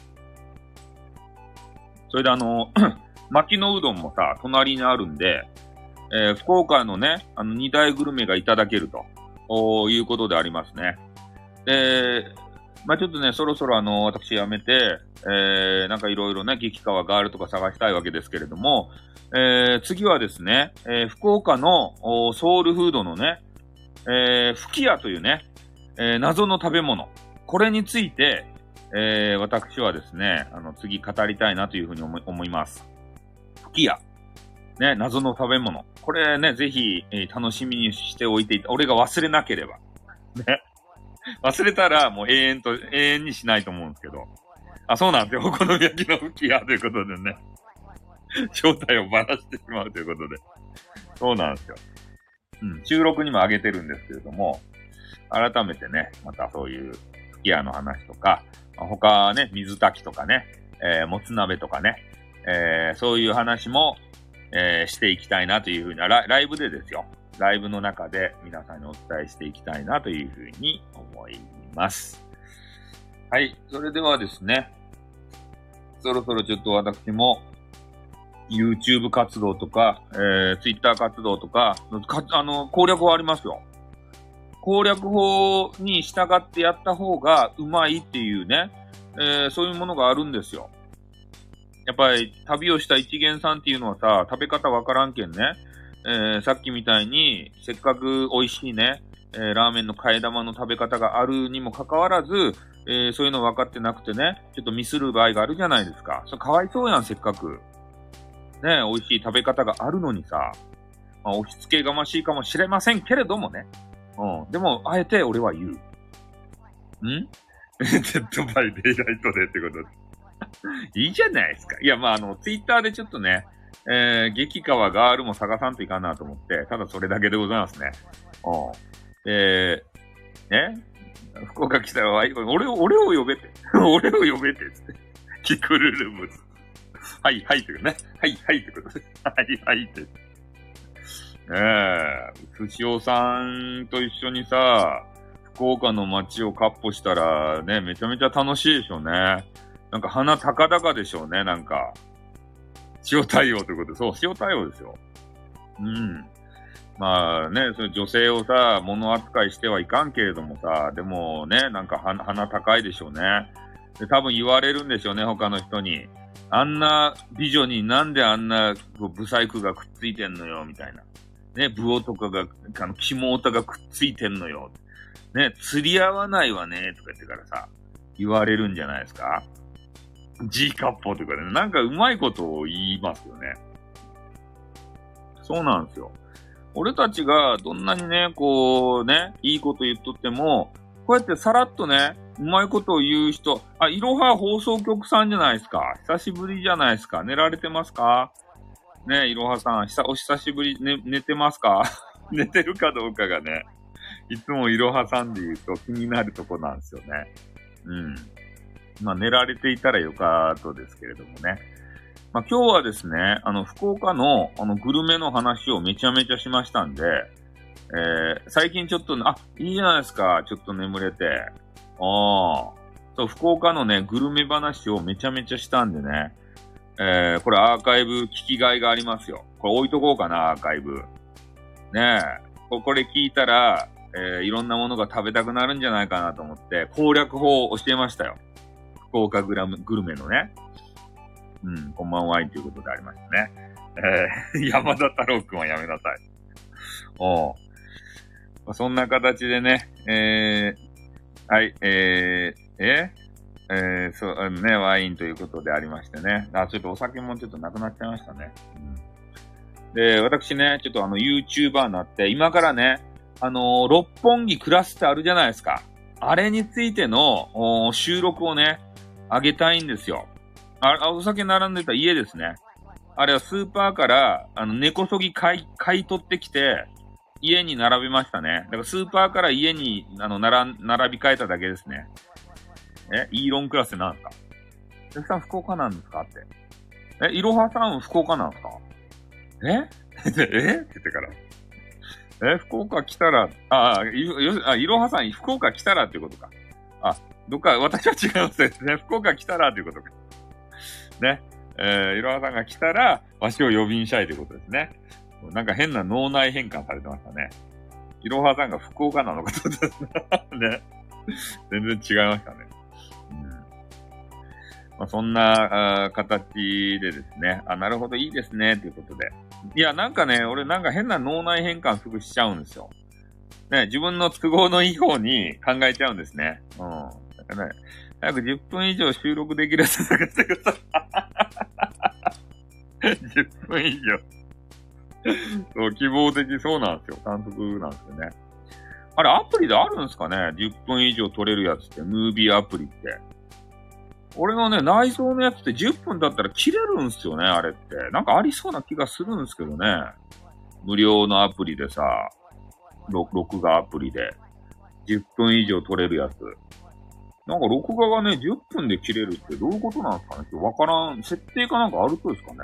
それであの、牧野うどんもさ、隣にあるんで、えー、福岡のね、あの、二大グルメがいただけると。ということでありますね。で、まあちょっとね、そろそろあの、私辞めて、えー、なんかいろいろね、激川ガールとか探したいわけですけれども、えー、次はですね、えー、福岡のソウルフードのね、えー、吹き屋というね、えー、謎の食べ物。これについて、えー、私はですね、あの、次語りたいなというふうに思い、思います。吹き屋。ね、謎の食べ物。これね、ぜひ、えー、楽しみにしておいていた。俺が忘れなければ。ね。忘れたらもう永遠と、永遠にしないと思うんですけど。あ、そうなんですよ。お好み焼きの吹き屋ということでね。正体をばらしてしまうということで。そうなんですよ。うん。収録にも上げてるんですけれども、改めてね、またそういう吹き屋の話とか、他ね、水炊きとかね、えー、もつ鍋とかね、えー、そういう話も、えー、していきたいなというふうに、ラ、ライブでですよ。ライブの中で皆さんにお伝えしていきたいなというふうに思います。はい。それではですね、そろそろちょっと私も YouTube 活動とか、えー、Twitter 活動とか、か、あの、攻略法ありますよ。攻略法に従ってやった方がうまいっていうね、えー、そういうものがあるんですよ。やっぱり旅をした一元さんっていうのはさ、食べ方わからんけんね。えー、さっきみたいに、せっかく美味しいね、えー、ラーメンの替え玉の食べ方があるにもかかわらず、えー、そういうの分かってなくてね、ちょっとミスる場合があるじゃないですか。それかわいそうやん、せっかく。ね、美味しい食べ方があるのにさ、まあ、押し付けがましいかもしれませんけれどもね。うん。でも、あえて俺は言う。んデッドバイデイライトでってことで。いいじゃないですか。いや、まあ、あの、ツイッターでちょっとね、えー、激川ガールも探さんといかんなと思って、ただそれだけでございますね。うん。で、ね、福岡来たら、俺を、俺を呼べて。俺を呼べて、つって。キクルルムズ。はい、はい、というね。はい、はい、ということで。はい、はい、って。ねえ、藤尾さんと一緒にさ、福岡の街をカッポしたらね、めちゃめちゃ楽しいでしょうね。なんか鼻高々でしょうね、なんか。塩対応ということで、そう、塩対応ですよ。うん。まあね、それ女性をさ、物扱いしてはいかんけれどもさ、でもね、なんか鼻、鼻高いでしょうね。で、多分言われるんでしょうね、他の人に。あんな美女になんであんなブサイクがくっついてんのよ、みたいな。ね、ブオとかが、あの、キモオタがくっついてんのよ。ね、釣り合わないわね、とか言ってからさ、言われるんじゃないですか。G カッポとかね、なんかうまいことを言いますよね。そうなんですよ。俺たちがどんなにね、こうね、いいこと言っとっても、こうやってさらっとね、うまいことを言う人、あ、いろは放送局さんじゃないですか。久しぶりじゃないですか。寝られてますかね、いろはさん、ひさ、お久しぶり、ね、寝てますか寝てるかどうかがね、いつもいろはさんで言うと気になるとこなんですよね。うん。まあ寝られていたらよかったですけれどもね。まあ今日はですね、あの福岡のあのグルメの話をめちゃめちゃしましたんで、 えー、最近ちょっと、あ、いいじゃないですか。ちょっと眠れて。ああ。そう、福岡のね、グルメ話をめちゃめちゃしたんでね。えー、これアーカイブ聞きがいがありますよ。これ置いとこうかな、アーカイブ。ねえ。これ聞いたら、えー、いろんなものが食べたくなるんじゃないかなと思って、攻略法を教えましたよ。福岡グラムグルメのね。うん、こんばんはインということでありましたね。えー、山田太郎くんはやめなさい。おう。そんな形でね、えー、はい、えー、ええー、そう、あのね、ワインということでありましてね。あ、ちょっとお酒もちょっとなくなっちゃいましたね。うん、で、私ね、ちょっとあの、YouTuber になって、今からね、あのー、六本木クラスってあるじゃないですか。あれについての収録をね、あげたいんですよ。あ、お酒並んでた家ですね。あれはスーパーから、あの、根こそぎ買い、買い取ってきて、家に並べましたね。だからスーパーから家に、あの、並、並び替えただけですね。え、イーロンクラスって何ですか？え、さん福岡なんですかって。え、いろはさん福岡なんですか？ええって言ってから。え、福岡来たら、ああ、い、よ、あ、いろはさん福岡来たらっていうことか。あ、どっか、私は違いますね。福岡来たらっていうことか。ね。えー、いろはさんが来たら、わしを呼びにしたいということですね。なんか変な脳内変換されてましたね。いろはさんが福岡なのかとですね。全然違いましたね。うん、まあ、そんなあ形でですね。あ、なるほど、いいですね、ということで。いや、なんかね、俺なんか変な脳内変換すぐしちゃうんですよ。ね、自分の都合のいい方に考えちゃうんですね。うん。だからね、早くじゅっぷん以上収録できるやつ探してください。じゅっぷん以上。そう、希望的そうなんですよ。監督なんですよね。あれ、アプリであるんですかね ?じゅっ 分以上撮れるやつって、ムービーアプリって。俺のね、内蔵のやつってじゅっぷんだったら切れるんですよね、あれって。なんかありそうな気がするんですけどね。無料のアプリでさ、録画アプリで。じゅっぷん以上撮れるやつ。なんか録画がね、じゅっぷんで切れるってどういうことなんですかねってわからん。設定かなんかあるとですかね。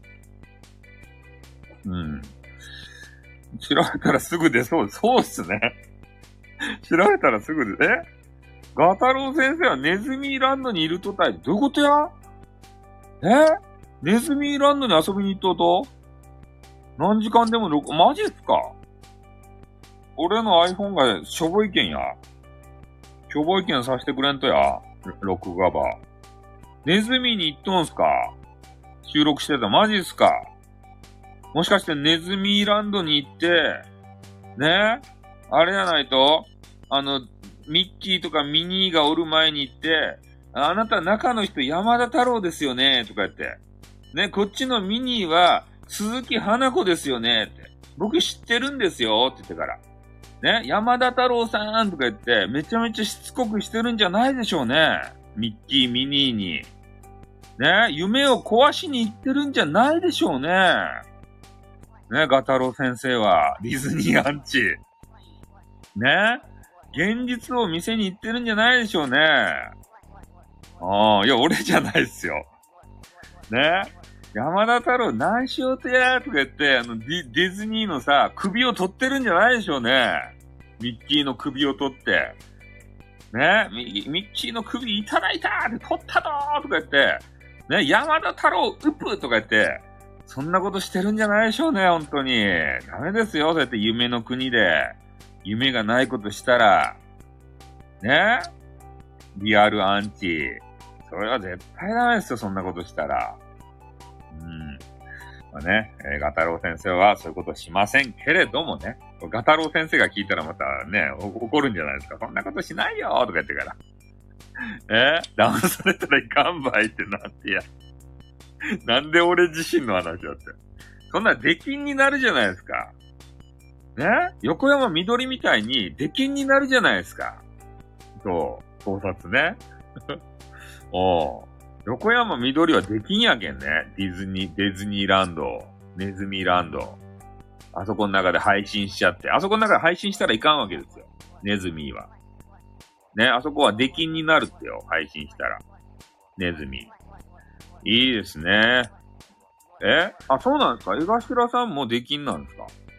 うん。調べたらすぐ出そう。そうっすね。調べたらすぐで、えガタロウ先生はネズミランドにいるとたい。どういうことやえネズミランドに遊びに行っとうと何時間でも録、マジっすか俺の iPhone がしょぼいけんや。しょぼいけんさせてくれんとや。録画ば。ネズミに行っとんすか収録してた。マジっすかもしかしてネズミランドに行って、ねあれじゃないと、あの、ミッキーとかミニーがおる前に行って、あなた中の人山田太郎ですよねとか言って。ね、こっちのミニーは鈴木花子ですよねって。僕知ってるんですよって言ってから。ね、山田太郎さんとか言って、めちゃめちゃしつこくしてるんじゃないでしょうね。ミッキー、ミニーに。ね、夢を壊しに行ってるんじゃないでしょうね。ね、ガタロウ先生は、ディズニーアンチ。ね、現実を見せに行ってるんじゃないでしょうね。ああ、いや、俺じゃないっすよ。ね、山田太郎何しようとやーとか言って、あのディ、ディズニーのさ、首を取ってるんじゃないでしょうね。ミッキーの首を取って。ね、ミ, ミッキーの首いただいたーって取ったどーとか言って、ね、山田太郎うぷとか言って、そんなことしてるんじゃないでしょうね、本当に。ダメですよ、そうやって夢の国で。夢がないことしたら、ね、リアルアンチ。それは絶対ダメですよ、そんなことしたら。うん。まあね、えー、ガタロウ先生はそういうことしませんけれどもね。ガタロウ先生が聞いたらまたね、怒るんじゃないですか。そんなことしないよとか言ってから。えー、騙されたらいかんばいってなってや。なんで俺自身の話だって。そんな出禁になるじゃないですか。ね、横山みどりみたいに出禁になるじゃないですか。そう、盗撮ね。おう。横山みどりはできんやけんね。ディズニー、ディズニーランド、ネズミランド。あそこの中で配信しちゃって。あそこの中で配信したらいかんわけですよ。ネズミは。ね、あそこは出禁になるってよ。配信したら。ネズミ。いいですね。えあ、そうなんですか江頭さんも出禁なんですか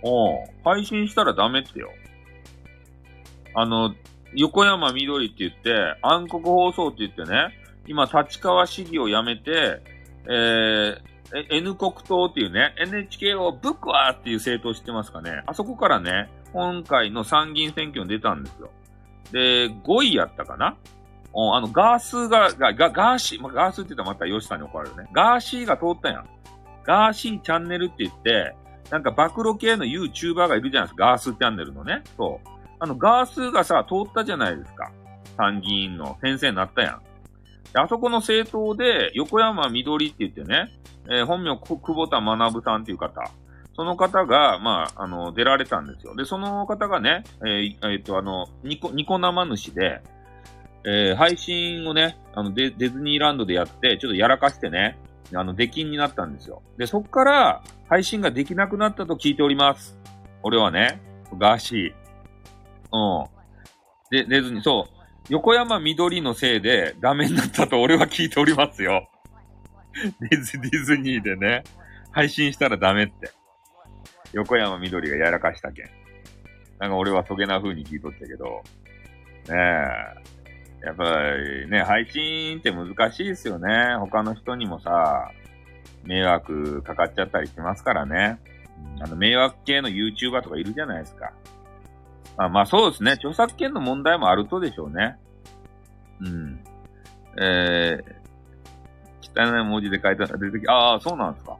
おう配信したらダメってよ。あの、横山みどりって言って、暗黒放送って言ってね、今、立川市議を辞めて、えー、N 国党っていうね、エヌエイチケー をぶっ壊っていう政党知ってますかね。あそこからね、今回の参議院選挙に出たんですよ。で、ごいやったかな。おあの、ガースーが、が、がガーシー、まあ、ガースーって言ったらまた吉さんに怒られるね。ガーシーが通ったやん。ガーシーチャンネルって言って、なんか暴露系の YouTuber がいるじゃないですか。ガースーチャンネルのね。そう。あの、ガースーがさ、通ったじゃないですか。参議院の先生になったやん。であそこの政党で、横山みどりって言ってね、えー、本名、久保田学さんっていう方。その方が、まあ、あの、出られたんですよ。で、その方がね、えー、えー、っと、あの、ニコ、ニコ生主で、えー、配信をね、あのデ、ディズニーランドでやって、ちょっとやらかしてね、あの、出禁になったんですよ。で、そっから、配信ができなくなったと聞いております。俺はね、ガーシー。うん。で、ディズニー、そう。横山みどりのせいでダメになったと俺は聞いておりますよ。ディズ、ディズニーでね、配信したらダメって。横山みどりがやらかしたけん。なんか俺はそげな風に聞いとったけど、ねえ。やっぱりね、配信って難しいですよね。他の人にもさ、迷惑かかっちゃったりしますからね。あの、迷惑系の YouTuber とかいるじゃないですか。あまあそうですね。著作権の問題もあるとでしょうね。うん。えー、汚い文字で書いて出てき、ああ、そうなんですか。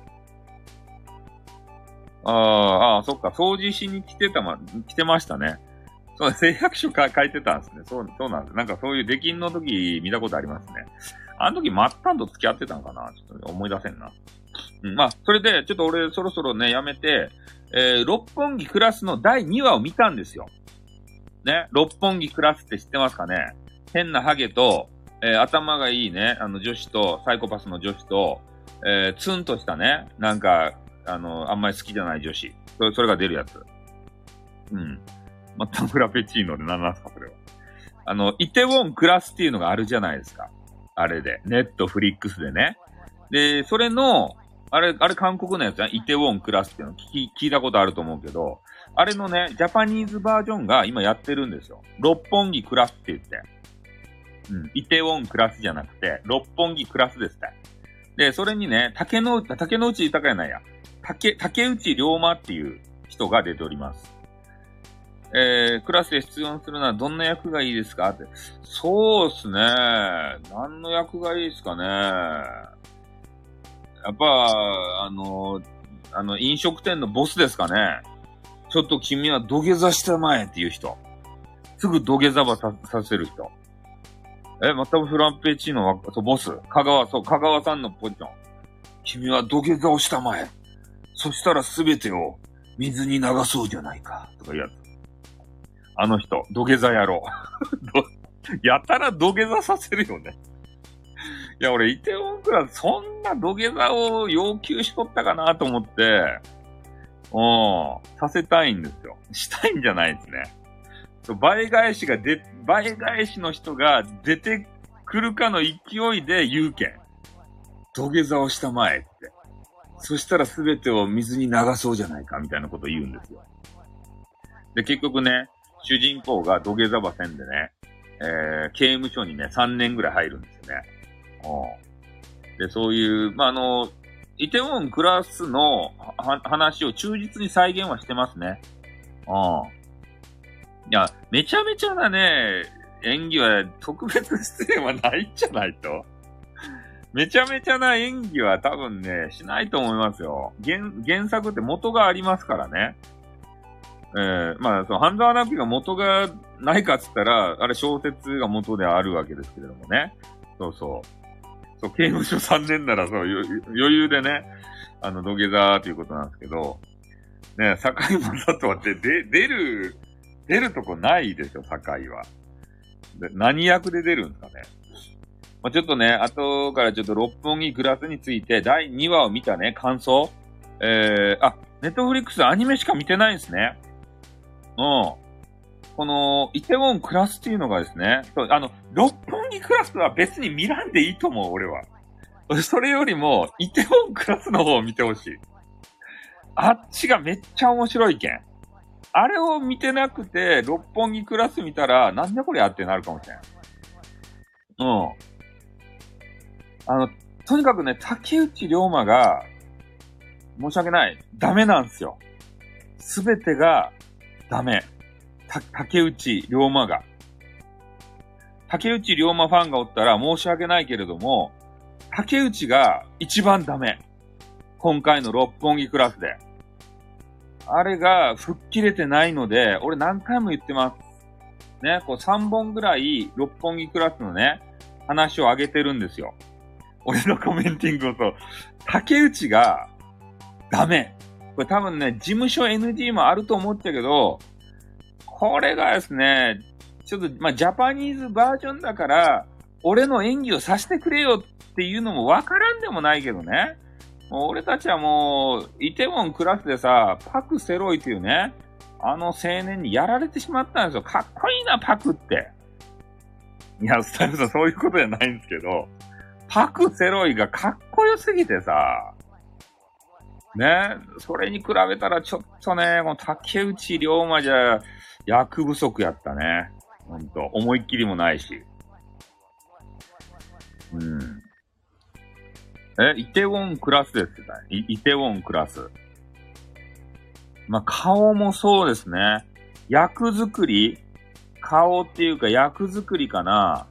ああ、ああ、そっか。掃除しに来てたま、来てましたね。そう、誓約書か書いてたんですね。そう、そうなんです。なんかそういう出禁の時見たことありますね。あの時マッタンと付き合ってたのかなちょっと思い出せんな。うん、まあ、それで、ちょっと俺そろそろね、やめて、えー、六本木クラスのだいにわを見たんですよ。ね、六本木クラスって知ってますかね。変なハゲと、えー、頭がいいね、あの女子と、サイコパスの女子と、えー、ツンとしたね、なんか、あの、あんまり好きじゃない女子。それ、それが出るやつ。うん。まあ、タムラペチーノで何なんすか、それは。あの、イテウォンクラスっていうのがあるじゃないですか。あれで。ネットフリックスでね。で、それの、あれ、あれ韓国のやつやん。イテウォンクラスっていうの聞き、聞いたことあると思うけど、あれのね、ジャパニーズバージョンが今やってるんですよ。六本木クラスって言って。うん。イテウォンクラスじゃなくて、六本木クラスですって。で、それにね、竹の、竹の内豊やないや。竹、竹内龍馬っていう人が出ております。えー、クラスで出演するのはどんな役がいいですかって。そうっすね。何の役がいいですかね。やっぱ、あの、あの、飲食店のボスですかね。ちょっと君は土下座したまえっていう人。すぐ土下座ばさ、させる人。え、またフランペチーノは、そう、ボス。香川、そう、香川さんのポジション。君は土下座をしたまえ。そしたらすべてを水に流そうじゃないか。とか言うやつ。あの人、土下座野郎。やたら土下座させるよね。いや、俺、イテウォンクラス、そんな土下座を要求しとったかなと思って、うん、させたいんですよ。したいんじゃないですね。倍返しがで、倍返しの人が出てくるかの勢いで言うけん。土下座をしたまえって。そしたらすべてを水に流そうじゃないか、みたいなことを言うんですよ。で、結局ね、主人公が土下座ばせんでね、えー、刑務所にね、さんねんぐらい入るんですよね。うん。で、そういう、まあ、あの、イテウォンクラスの話を忠実に再現はしてますね。うん。いや、めちゃめちゃなね、演技は特別出演はないんじゃないと。めちゃめちゃな演技は多分ね、しないと思いますよ。原、原作って元がありますからね。えー、まあ、その、半沢直樹が元がないかっつったら、あれ小説が元であるわけですけれどもね。そうそう。そう、刑務所さんねんならそう、余裕でね、あの、土下座ということなんですけど、ね、堺雅人はで、で、出る、出るとこないでしょ、堺は。で、何役で出るんですかね。まあ、ちょっとね、後からちょっと六本木クラスについてだいにわを見たね、感想。えー、あ、ネットフリックスアニメしか見てないんですね。うん。この、イテウォンクラスっていうのがですね、あの、六本木クラスは別に見らんでいいと思う、俺は。それよりも、イテウォンクラスの方を見てほしい。 あっちがめっちゃ面白いけん。あれを見てなくて、六本木クラス見たら、なんでこれやってなるかもしれん。うん。あの、とにかくね、竹内涼真が、申し訳ない。ダメなんですよ。すべてが、ダメ。た、竹内涼真が。竹内涼真ファンがおったら申し訳ないけれども、竹内が一番ダメ。今回の六本木クラスで。あれが吹っ切れてないので、俺何回も言ってます。ね、こうさんぼんぐらい六本木クラスのね、話を上げてるんですよ。俺のコメンティングをと、竹内がダメ。これ多分ね、事務所 エヌジー もあると思ったけど、これがですね、ちょっと、まあ、ジャパニーズバージョンだから、俺の演技をさせてくれよっていうのもわからんでもないけどね。もう俺たちはもう、イテウォンクラスでさ、パクセロイというね、あの青年にやられてしまったんですよ。かっこいいな、パクって。いや、スタイルさんそういうことじゃないんですけど、パクセロイがかっこよすぎてさ、ね、それに比べたらちょっとね、この竹内涼真じゃ役不足やったね。ほんと、思いっきりもないし。うん。え、イテウォンクラスですね。イ、イテウォンクラス。まあ、顔もそうですね。役作り顔っていうか役作りかな。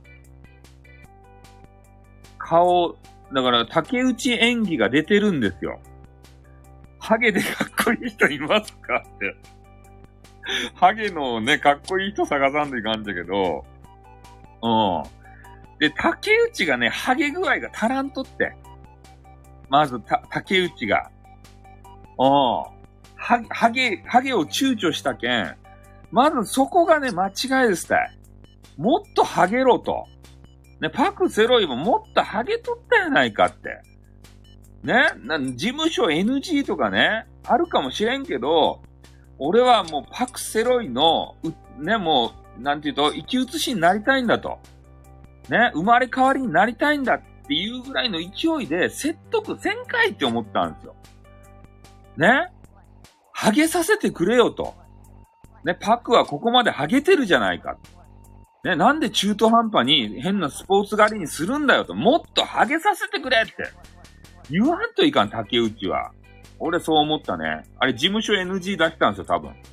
顔、だから竹内演技が出てるんですよ。ハゲでかっこいい人いますかって。ハゲのね、かっこいい人探さんといかんじゃけど、うん。で、竹内がね、ハゲ具合が足らんとって。まず、た、竹内が。うん。は、ハゲ、ハゲを躊躇したけん。まずそこがね、間違いですたい。もっとハゲろと。ね、パクセロイももっとハゲとったやないかって。ね、な事務所 エヌジー とかね、あるかもしれんけど、俺はもうパクセロイの、ね、もう、なんていうと、生き写しになりたいんだと。ね、生まれ変わりになりたいんだっていうぐらいの勢いで説得せんかいって思ったんですよ。ね、ハゲさせてくれよと。ね、パクはここまでハゲてるじゃないか。ね、なんで中途半端に変なスポーツ狩りにするんだよと。もっとハゲさせてくれって。言わんといかん、竹内は。俺そう思ったね。あれ、事務所 エヌジー 出したんですよ、多分。うん。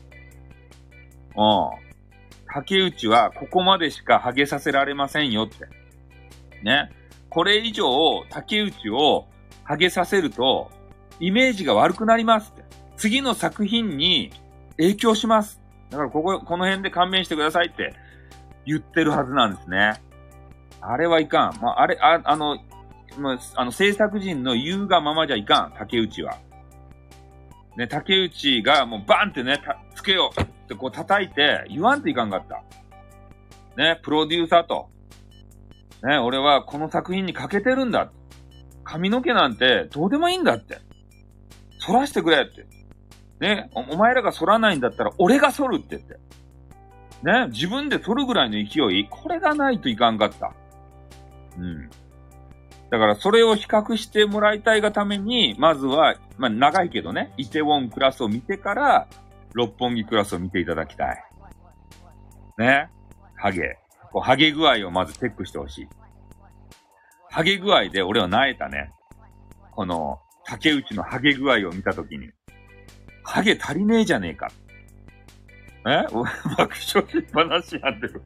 竹内はここまでしかハゲさせられませんよって。ね。これ以上、竹内をハゲさせると、イメージが悪くなりますって。次の作品に影響します。だからここ、この辺で勘弁してくださいって言ってるはずなんですね。あれはいかん。まあ、あれ、あ、あの、まあ、あの、制作人の言うがままじゃいかん、竹内は。ね、竹内がもうバンってね、た、つけようってこう叩いて言わんといかんかった。ね、プロデューサーと。ね、俺はこの作品に欠けてるんだ。髪の毛なんてどうでもいいんだって。反らしてくれって。ね、お、お前らが反らないんだったら俺が反るって言って。ね、自分で反るぐらいの勢い、これがないといかんかった。うん。だからそれを比較してもらいたいがために、まずは、まあ長いけどね、イテウォンクラスを見てから、六本木クラスを見ていただきたい。ね。ハゲ。こうハゲ具合をまずチェックしてほしい。ハゲ具合で俺は萎えたね。この、竹内のハゲ具合を見たときに。ハゲ足りねえじゃねえか。え爆笑しっぱなしやってる。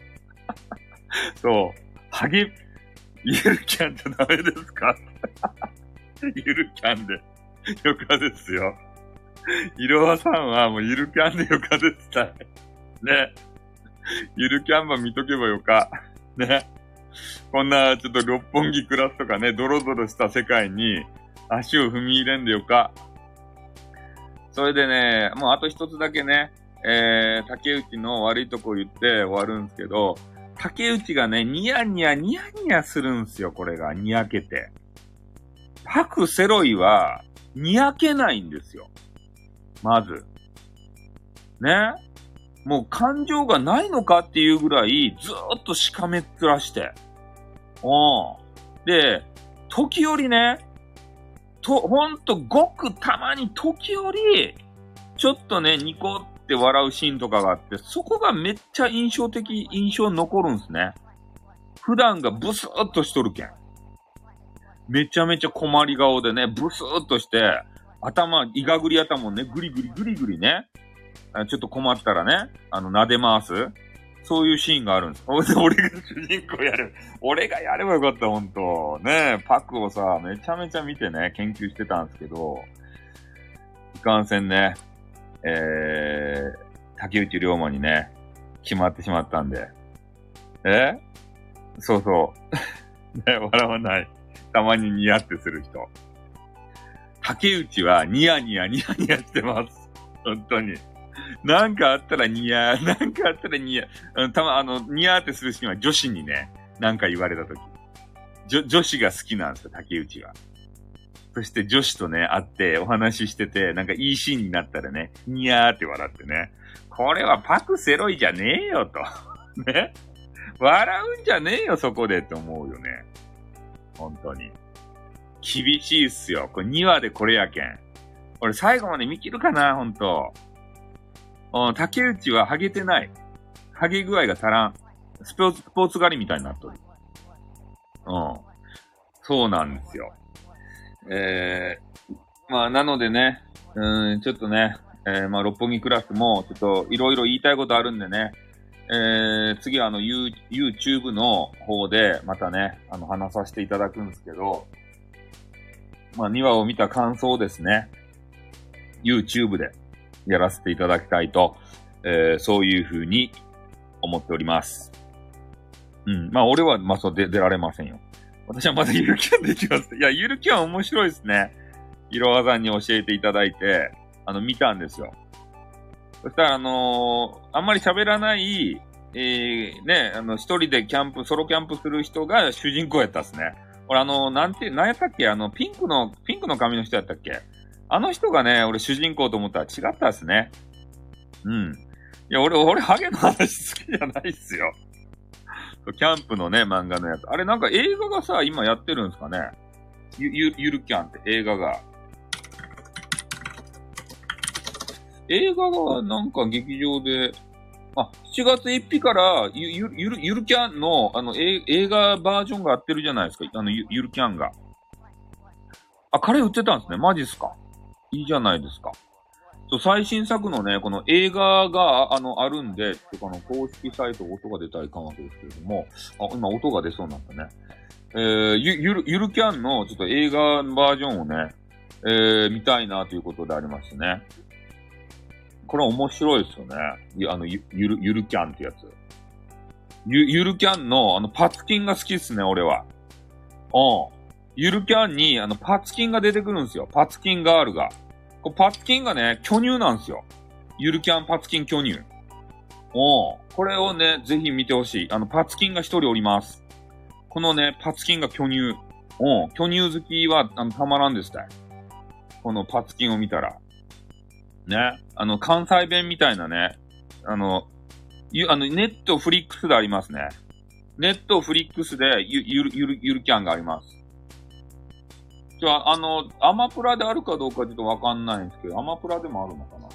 そう。ハゲ、ゆるキャンじゃダメですかゆるキャンでよかですよ。いろはさんはもうゆるキャンでよかですたい。ね。ゆるキャンば見とけばよか。ね。こんなちょっと六本木クラスとかね、ドロドロした世界に足を踏み入れんでよか。それでね、もうあと一つだけね、えー、竹内の悪いとこ言って終わるんですけど、竹内がね、ニヤニヤニヤニヤするんすよ、これが。にやけて。パクセロイは、にやけないんですよ。まず。ね。もう感情がないのかっていうぐらい、ずーっとしかめっ面して。うん。で、時折ね、 と、ほんとごくたまに時折、ちょっとね、ニコって笑うシーンとかがあって、そこがめっちゃ印象的、印象に残るんですね。普段がブスーっとしとるけん。めちゃめちゃ困り顔でね、ブスーっとして、頭、いがぐり頭をね、ぐりぐりぐりぐりね、ちょっと困ったらね、あの、撫で回す。そういうシーンがあるんです。俺が主人公やる。俺がやればよかった、ほんと。ねパクをさ、めちゃめちゃ見てね、研究してたんですけど、いかんせんね、えー、竹内涼真にね、決まってしまったんで。えそうそう。ね、笑わない。たまにニヤってする人。竹内はニヤニヤニヤニヤしてます。本当に。なんかあったらニヤー、なんかあったらニヤー。たま、あの、ニヤーってするシーンは女子にね、なんか言われたとき。女、女子が好きなんですよ、竹内は。そして女子とね、会ってお話ししてて、なんかいいシーンになったらね、ニヤーって笑ってね。これはパクセロイじゃねえよと。ね。笑うんじゃねえよ、そこでって思うよね。本当に。厳しいっすよ。これにわでこれやけん。俺最後まで見切るかな、ほんと。うん、竹内はハゲてない。ハゲ具合が足らん。スポーツ、スポーツ狩りみたいになっとる。うん。そうなんですよ。えー、まあ、なのでね、うん、ちょっとね、えー、まあ、六本木クラスも、ちょっといろいろ言いたいことあるんでね、えー、次はあの、ユー、YouTube の方で、またね、あの、話させていただくんですけど、まあ、にわを見た感想ですね、YouTube でやらせていただきたいと、えー、そういう風に思っております。うん。まあ、俺は、まあ、そう、出、出られませんよ。私はまだゆるキャンできます。いや、ゆるキャン面白いですね。いろはさんに教えていただいて、あの、見たんですよ。そしたら、あのー、あんまり喋らない、えー、ね、あの、一人でキャンプ、ソロキャンプする人が主人公やったっすね。俺、あのー、なんて、なんやったっけあの、ピンクの、ピンクの髪の人やったっけあの人がね、俺主人公と思ったら違ったっすね。うん。いや、俺、俺、ハゲの話好きじゃないっすよ。キャンプのね、漫画のやつ。あれなんか映画がさ、今やってるんですかね。ゆ、ゆ、ゆるキャンって映画が。映画がなんか劇場で、あ、しちがつついたちからゆ、ゆ、ゆる、ゆるキャンの、あの、え映画バージョンがやってるじゃないですか。あの、ゆ、ゆるキャンが。あ、カレー売ってたんですね。マジっすか。いいじゃないですか。そう、最新作のね、この映画が、あの、あるんで、この公式サイト音が出たらいかんわけですけれども、あ、今音が出そうになったね。えー、ゆ、ゆる、ゆるキャンのちょっと映画バージョンをね、えー、見たいなということでありましてね。これ面白いですよね。ゆ、あの、ゆ、ゆる、ゆるキャンってやつ。ゆ、ゆるキャンの、あの、パツキンが好きっすね、俺は。うん。ゆるキャンに、あの、パツキンが出てくるんですよ。パツキンガールが。これパツキンがね、巨乳なんですよ。ゆるキャンパツキン巨乳。おー。これをね、ぜひ見てほしい。あの、パツキンが一人おります。このね、パツキンが巨乳。おー。巨乳好きは、あの、たまらんですたい。このパツキンを見たら。ね。あの、関西弁みたいなね。あの、ゆ、あの、ネットフリックスでありますね。ネットフリックスでゆ、ゆる、ゆる、ゆるキャンがあります。じゃあ、あの、アマプラであるかどうかちょっとわかんないんですけど、アマプラでもあるのかな。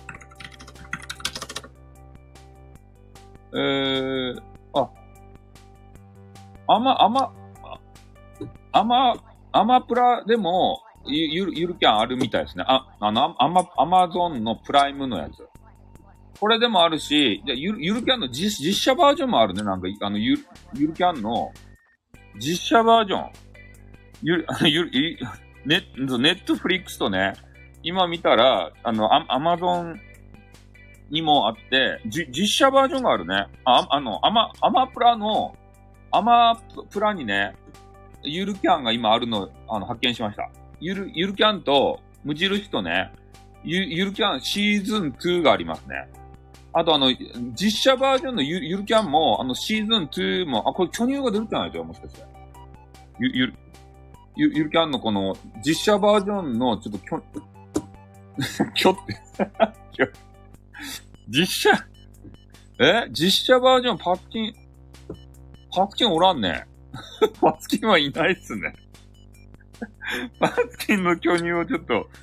えー、あ、アマ、アマ、アマ、アマプラでも、ゆ、ゆる、ゆるキャンあるみたいですね。あ、あの、アマ、アマゾンのプライムのやつ。これでもあるし、じゃゆる、ゆるキャンの実、実写バージョンもあるね。なんか、あの、ゆる、ゆるキャンの実写バージョン。ゆる、ゆる、ゆる、ネットフリックスとね、今見たら、あの、アマゾンにもあって、じ、実写バージョンがあるね。あ、あの、アマ、アマプラの、アマプラにね、ゆるキャンが今あるの、あの、発見しました。ゆる、ゆるキャンと、無印とね、ゆ、ゆるキャンシーズンにがありますね。あとあの、実写バージョンのゆ、ゆるキャンも、あの、シーズンにも、あ、これ巨乳が出るんじゃないですか、もしかして。ゆ、ゆる、ゆ、ゆるキャンのこの、実写バージョンの、ちょっと、きょ、きょって、きょ、実写、え実写バージョンパツキン、パツキンおらんね。パツキンはいないっすね。 パツキンの巨乳をちょっと、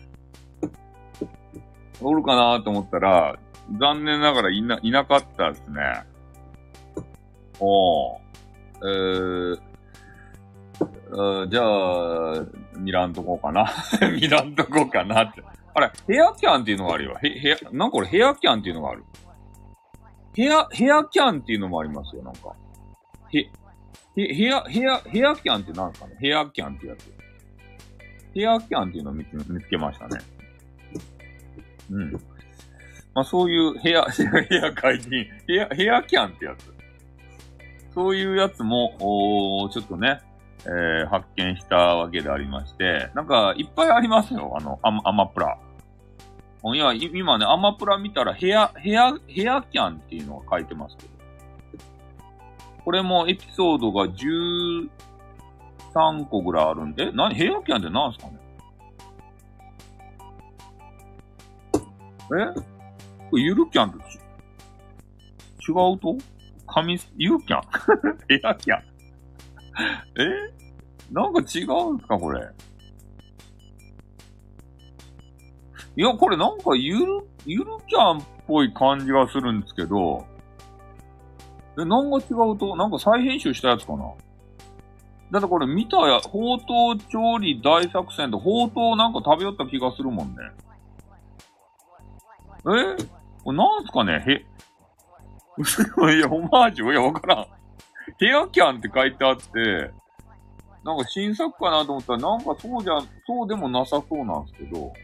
おるかなと思ったら、残念ながらいな、いなかったですね。おー。えー、あじゃあ、見らんとこうかな。見らんとこうかなって。あれ、ヘアキャンっていうのがあるよ。へ、ヘア、なんかこれヘアキャンっていうのがある。ヘア、ヘアキャンっていうのもありますよ、なんか。へ、へ、ヘア、ヘア、ヘアキャンってなんですかね？ヘアキャンってやつ。ヘアキャンっていうのを見つ、見つけましたね。うん。まあそういうヘア、ヘア解禁、ヘア、ヘアキャンってやつ。そういうやつも、おーちょっとね、えー、発見したわけでありまして、なんか、いっぱいありますよ、あの、アマ、アマプラ。いや、今ね、アマプラ見たら、ヘア、ヘア、ヘアキャンっていうのが書いてますけど。これもエピソードがじゅうさんこぐらいあるんで、え、なに、ヘアキャンって何すかね？えこれゆるキャンと違うと髪、ゆるキャンヘアキャンえなんか違うんすかこれ。いや、これなんかゆる、ゆるキャンっぽい感じがするんですけど、え、なんか違うと、なんか再編集したやつかな。だってこれ見たや、ほうとう調理大作戦でほうとうなんか食べよった気がするもんね。えこれなんすかねへ、いや、オマージュいや、わからん。ヘアキャンって書いてあって、なんか新作かなと思ったら、なんかそうじゃ、そうでもなさそうなんですけど。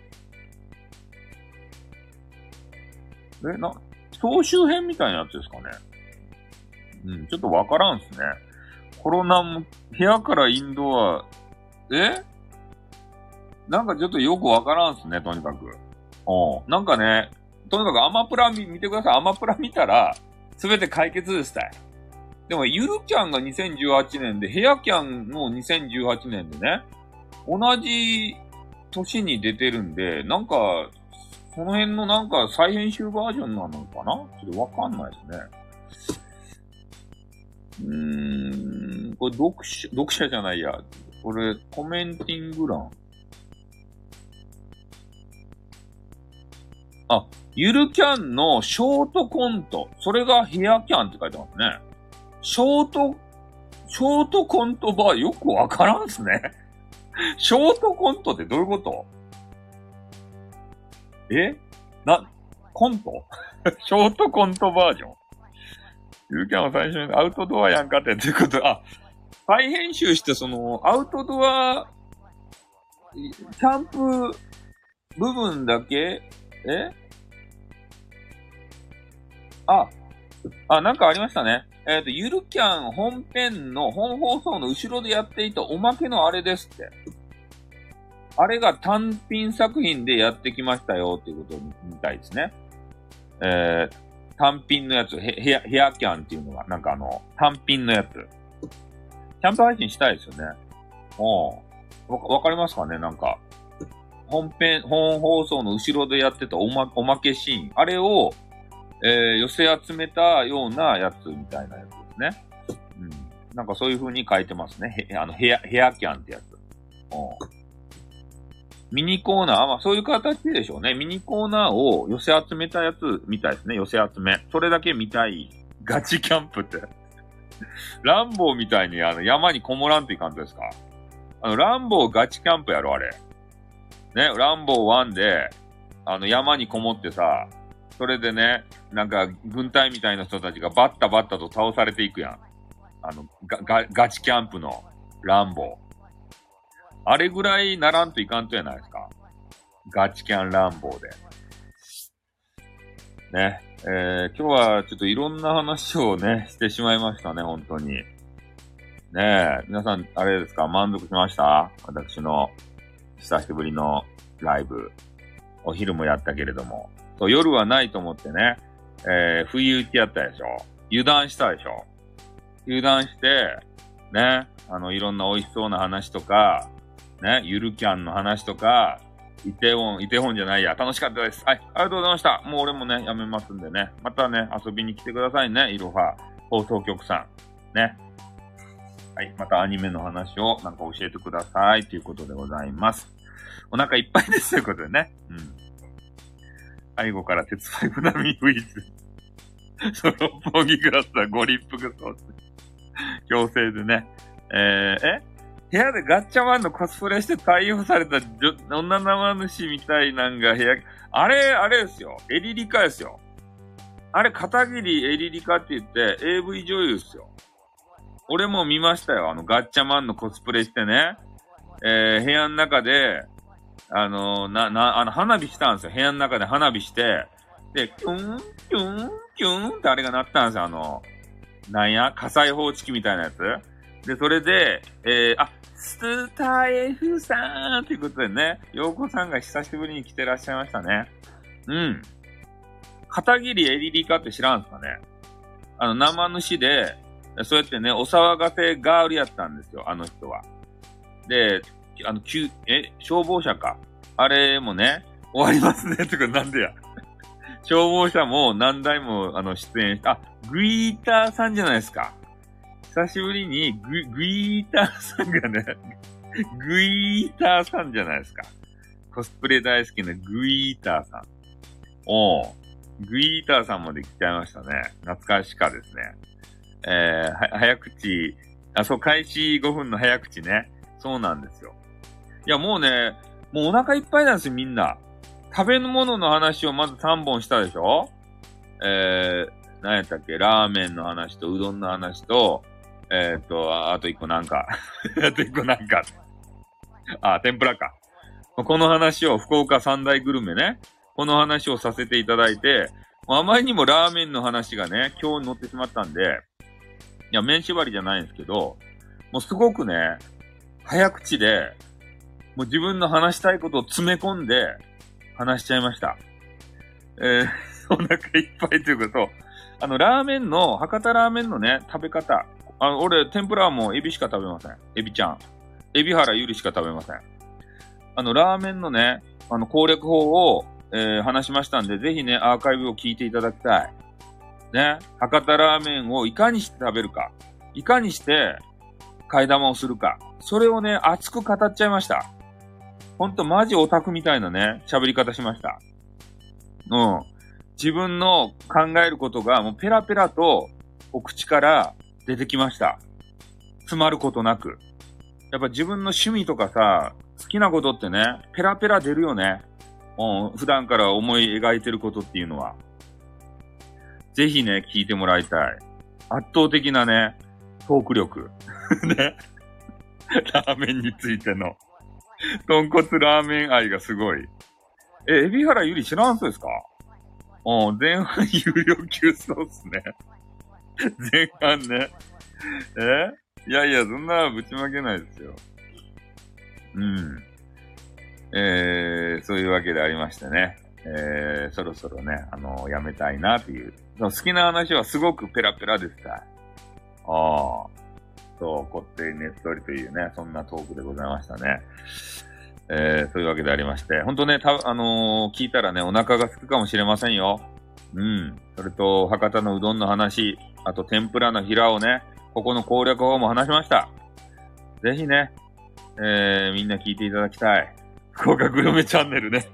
え、な、総集編みたいなやつですかね。うん、ちょっとわからんすね。コロナも、部屋からインドア、えなんかちょっとよくわからんすね、とにかく。おなんかね、とにかくアマプラ見、見てください。アマプラ見たら、すべて解決ですたい。でも、ゆるキャンがにせんじゅうはちねんで、ヘアキャンもにせんじゅうはちねんでね、同じ年に出てるんで、なんか、その辺のなんか再編集バージョンなのかなちょっとわかんないですね。うーん、これ読者、読者じゃないや。これ、コメンティング欄。あ、ゆるキャンのショートコント。それがヘアキャンって書いてますね。ショート、ショートコントバー、よくわからんっすね。ショートコントってどういうこと？えな、コントショートコントバージョンゆるキャンは最初にアウトドアやんかってということ、あ、再編集してその、アウトドア、キャンプ部分だけえあ、あ、なんかありましたね。えっと、ゆるキャン本編の本放送の後ろでやっていたおまけのあれですって。あれが単品作品でやってきましたよっていうことみたいですね。えー、単品のやつ、ヘヘア、ヘアキャンっていうのが、なんかあの、単品のやつ。キャンプ配信したいですよね。おわ、わかりますかねなんか、本編、本放送の後ろでやってたおま、おまけシーン。あれを、えー、寄せ集めたようなやつみたいなやつですね。うん。なんかそういう風に書いてますね。へ、あの、ヘア、ヘアキャンってやつ。おミニコーナー、まあそういう形でしょうね。ミニコーナーを寄せ集めたやつみたいですね。寄せ集め。それだけ見たい。ガチキャンプって。ランボーみたいにあの山にこもらんといかんとですか？あの、ランボーガチキャンプやろ、あれ。ね、ランボーワンで、あの山にこもってさ、それでね、なんか軍隊みたいな人たちがバッタバッタと倒されていくやん。あの、ガ、ガ、ガチキャンプのランボー。あれぐらいならんといかんとやないですか。ガチキャンランボーで。ね。えー、今日はちょっといろんな話をね、してしまいましたね、本当に。ねえ、皆さん、あれですか、満足しました？私の久しぶりのライブ。お昼もやったけれども。そう夜はないと思ってね、えー、不意打ちやったでしょ。油断したでしょ。油断して、ね、あの、いろんな美味しそうな話とか、ね、ゆるキャンの話とか、イテウォン、イテウォンじゃないや、楽しかったです。はい、ありがとうございました。もう俺もね、やめますんでね。またね、遊びに来てくださいね、いろは放送局さん。ね。 はい。またアニメの話をなんか教えてくださいということでございます。お腹いっぱいですということでね。うん。背後から鉄パイプ並みウィズ。そのポギグラスはご立腹ソース。強制でね。えー、え部屋でガッチャマンのコスプレして逮捕された女生主みたいなんが部屋、あれ、あれですよ。エリリカですよ。あれ、片桐エリリカって言って エーブイ 女優ですよ。俺も見ましたよ。あの、ガッチャマンのコスプレしてね。えー、部屋の中で、あのー、な、な、あの、花火したんですよ。部屋の中で花火して、で、キュン、キュン、キュンってあれが鳴ったんですよ。あの、なんや火災報知器みたいなやつ。で、それで、えー、あ、スタエフさんということでね、ヨーコさんが久しぶりに来てらっしゃいましたね。うん。片桐エリリカって知らんすかね。あの、生主で、そうやってね、お騒がせガールやったんですよ、あの人は。で、あの、救、え、消防車か。あれもね、終わりますね、とかなんでや。消防車も何台も、あの、出演し、あ、グイーターさんじゃないですか。久しぶりにグ、グイーターさんがね、グイーターさんじゃないですか。コスプレ大好きなグイーターさん。おー、グイーターさんまで来ちゃいましたね。懐かしかですね。えー、は、早口、あ、そう、開始ごふんの早口ね。そうなんですよ。いや、もうね、もうお腹いっぱいなんですよ、みんな。食べ物の話をまずさんぼんしたでしょ。えー、何やったっけ、ラーメンの話とうどんの話と、えー、っと、あと一個なんか。あと一個なんか。あ、天ぷらか。この話を、福岡三大グルメね。この話をさせていただいて、あまりにもラーメンの話がね、今日乗ってしまったんで、いや、麺縛りじゃないんですけど、もうすごくね、早口で、もう自分の話したいことを詰め込んで話しちゃいました。えー、お腹いっぱいということ、あの、ラーメンの、博多ラーメンのね、食べ方。あの、俺、天ぷらはもうエビしか食べません。エビちゃん。エビ原ゆりしか食べません。あの、ラーメンのね、あの、攻略法を、えー、話しましたんで、ぜひね、アーカイブを聞いていただきたい。ね、博多ラーメンをいかにして食べるか。いかにして、替え玉をするか。それをね、熱く語っちゃいました。ほんと、マジオタクみたいなね、喋り方しました。うん。自分の考えることがもうペラペラとお口から出てきました。詰まることなく。やっぱ自分の趣味とかさ、好きなことってね、ペラペラ出るよね。うん、普段から思い描いてることっていうのは。ぜひね、聞いてもらいたい。圧倒的なね、トーク力。ね。ラーメンについての。豚骨ラーメン愛がすごい。え、海老原ゆり知らんそうですか？うん、前半有料級そうっすね。前半ね。えいやいや、そんなぶちまけないですよ。うん。えー、そういうわけでありましてね。えー、そろそろね、あのー、やめたいなっていう。好きな話はすごくペラペラでした。ああ。そう、こってりねっとりというね、そんなトークでございましたね。えー、そういうわけでありまして、ほんとね、た、あのー、聞いたらね、お腹が空くかもしれませんよ。うん。それと、博多のうどんの話、あと天ぷらの平をね、ここの攻略法も話しました。ぜひね、えー、みんな聞いていただきたい。福岡グルメチャンネルね。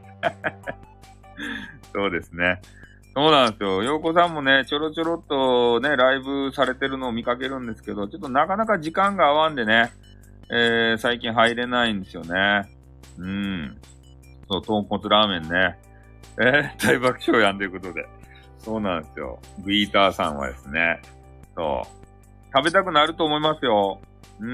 そうですね。そうなんですよ。ようこさんもね、ちょろちょろっとね、ライブされてるのを見かけるんですけど、ちょっとなかなか時間が合わんでね、えー、最近入れないんですよね。うん。そう、豚骨ラーメンね。えー、大爆笑やんということで。そうなんですよ。グイーターさんはですね、そう。食べたくなると思いますよ。うん。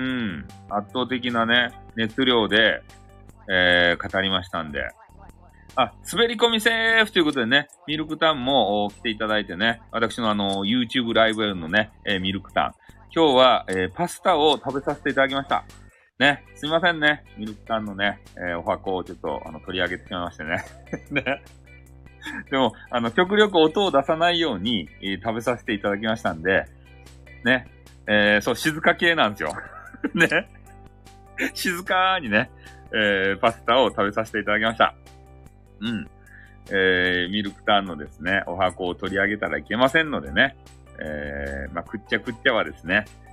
圧倒的なね、熱量で、えー、語りましたんで。あ、滑り込みセーフということでね、ミルクタンも来ていただいてね、私のあの、YouTube ライブのね、えー、ミルクタン。今日は、えー、パスタを食べさせていただきました。ね、すいませんね。ミルクタンのね、えー、お箱をちょっと、あの、取り上げてしまいましてね。ね。でも、あの、極力音を出さないように、えー、食べさせていただきましたんで、ね。えー、そう、静か系なんですよ。ね。静かにね、えー、パスタを食べさせていただきました。うん。えー、ミルクタンのですね、お箱を取り上げたらいけませんのでね。えー、まあ、くっちゃくっちゃはですね、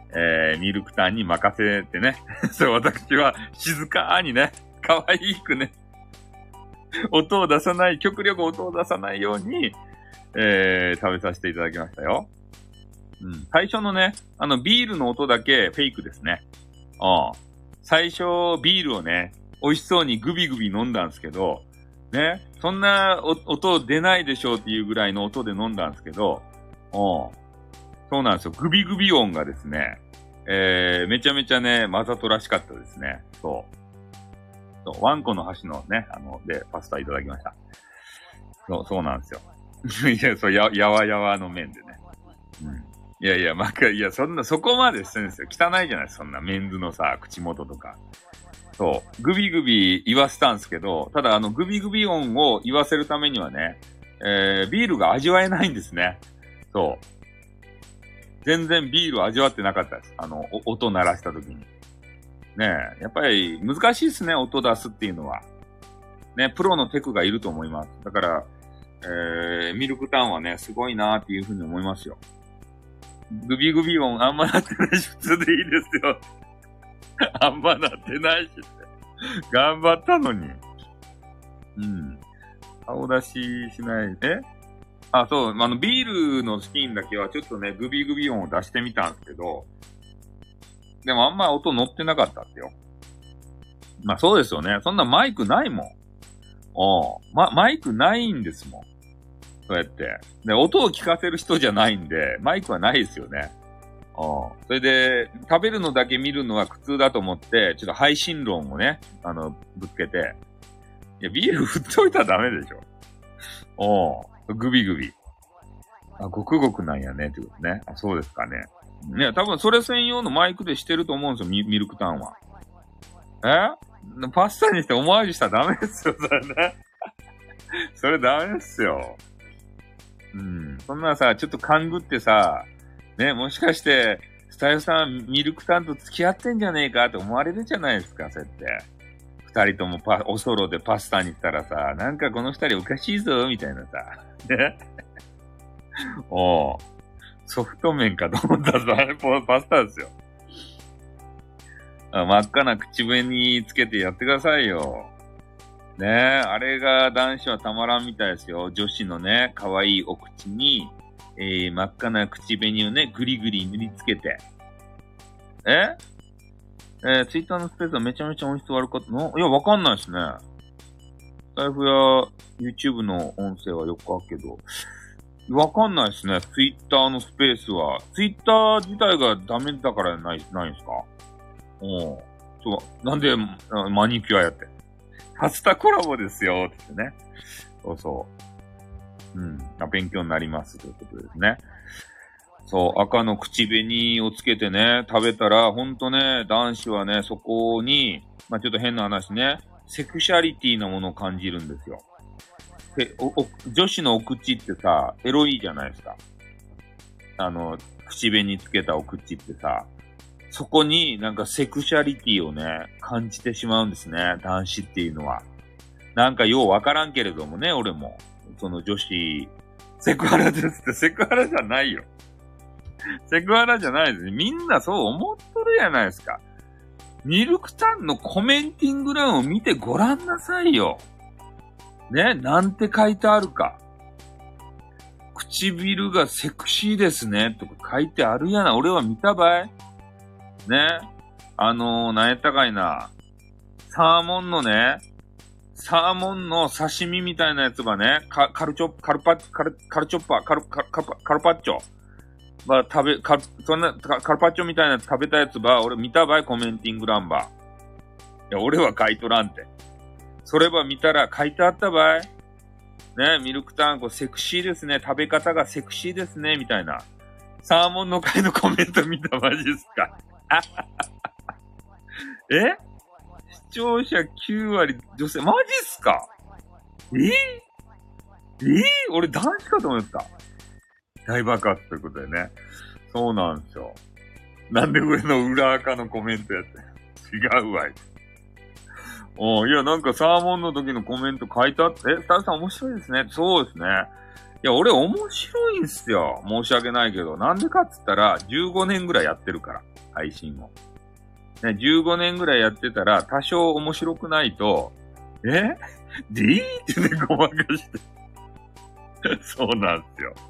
えー、ミルクタンに任せてね。そう、私は静かにね、可愛くね、音を出さない、極力音を出さないように、えー、食べさせていただきましたよ。うん。最初のね、あの、ビールの音だけフェイクですね。ああ。最初、ビールをね、美味しそうにグビグビ飲んだんですけど、ね、そんな音出ないでしょうっていうぐらいの音で飲んだんですけど、ああ。そうなんですよ。グビグビ音がですね、えー、めちゃめちゃね、わざとらしかったですね。そう。そう、ワンコの箸のね、あの、で、パスタいただきました。そう、そうなんですよ。いや、そう、や、やわやわの麺でね。うん。いやいや、まあ、いや、そんな、そこまでしてるんですよ。汚いじゃないですか、そんなメンズのさ、口元とか。そう。グビグビ言わせたんですけど、ただあの、グビグビ音を言わせるためにはね、えー、ビールが味わえないんですね。そう。全然ビールを味わってなかったです。あの、音鳴らした時に。ねえ、やっぱり難しいですね、音出すっていうのは。ね、プロのテクがいると思います。だから、えー、ミルクタンはね、すごいなーっていうふうに思いますよ。グビグビ音あんまなってないし、普通でいいですよ。あんまなってないしって。頑張ったのに。うん。顔出ししない。えあ、そう、あの、ビールのスキンだけはちょっとね、グビグビ音を出してみたんですけど、でもあんま音乗ってなかったってよ。まあそうですよね。そんなマイクないもん。おう、ま、マイクないんですもん。そうやって。で、音を聞かせる人じゃないんで、マイクはないですよね。おう、それで、食べるのだけ見るのは苦痛だと思って、ちょっと配信論をね、あの、ぶつけて、いや、ビール振っといたらダメでしょ。おう、グビグビ。あ、ごくごくなんやね、ってことね。あ、そうですかね。ね、多分それ専用のマイクでしてると思うんですよ、ミ、ミルクタンは。えパスタにしてオマージュしたらダメですよ、それね。それダメですよ。うん。そんなさ、ちょっと勘ぐってさ、ね、もしかして、スタイルさんミルクタンと付き合ってんじゃねえかって思われるじゃないですか、そうやって。二人ともパ、おソロでパスタにしたらさ、なんかこの二人おかしいぞ、みたいなさ。ね。おう。ソフト麺かと思ったら、あれパスタですよ。真っ赤な口紅つけてやってくださいよ。ねえ、あれが男子はたまらんみたいですよ。女子のね、可愛いお口に、えー、真っ赤な口紅をね、ぐりぐり塗りつけて。ええー、ツイッターのスペースはめちゃめちゃ音質悪かったの？いや、わかんないですね。財布や YouTube の音声はよくあるけど、わかんないですね。ツイッターのスペースは。ツイッター自体がダメだからない、ないんですか？おう。そう。なんで、マニキュアやって。パスタコラボですよ、ってね。そうそう。うん。勉強になります、ということですね。そう、赤の口紅をつけてね、食べたら、ほんとね、男子はね、そこに、まあ、ちょっと変な話ね、セクシャリティなものを感じるんですよ。で、お、お、女子のお口ってさ、エロいじゃないですか。あの、口紅つけたお口ってさ、そこになんかセクシャリティをね、感じてしまうんですね。男子っていうのは。なんかようわからんけれどもね、俺も。その女子、セクハラですって、セクハラじゃないよ。セクハラじゃないですね。みんなそう思っとるやないですか。ミルクタンのコメンティング欄を見てごらんなさいよ。ね、なんて書いてあるか。唇がセクシーですね、とか書いてあるやな。俺は見たばい。ね。あのー、なんやったかいな。サーモンのね、サーモンの刺身みたいなやつがね、カカルチョ、カルパ、カル、カルチョッパ、カル、カル、カルパ、カルパッチョ。まあ、食べ、カル、そんな、カルパッチョみたいなやつ食べたやつば、俺見たばいコメンティング欄ば。いや、俺は書いとらんて。それば見たら書いてあったばい。ね、ミルクタンコセクシーですね。食べ方がセクシーですね。みたいな。サーモンの回のコメント見たマジですかえ視聴者きゅうわり女性、マジっすか？ええー、俺男子かと思った。大爆発ということでね。そうなんですよ。なんで上の裏垢のコメントやって。違うわい。おいや、なんかサーモンの時のコメント書いてあって、え、スタッフさん面白いですね。そうですね。 や、俺面白いんすよ。申し訳ないけど。なんでかっつったら、じゅうごねんぐらいやってるから。配信を。ね、じゅうごねんぐらいやってたら、多少面白くないと、えでいいってね、ごまかして。そうなんですよ。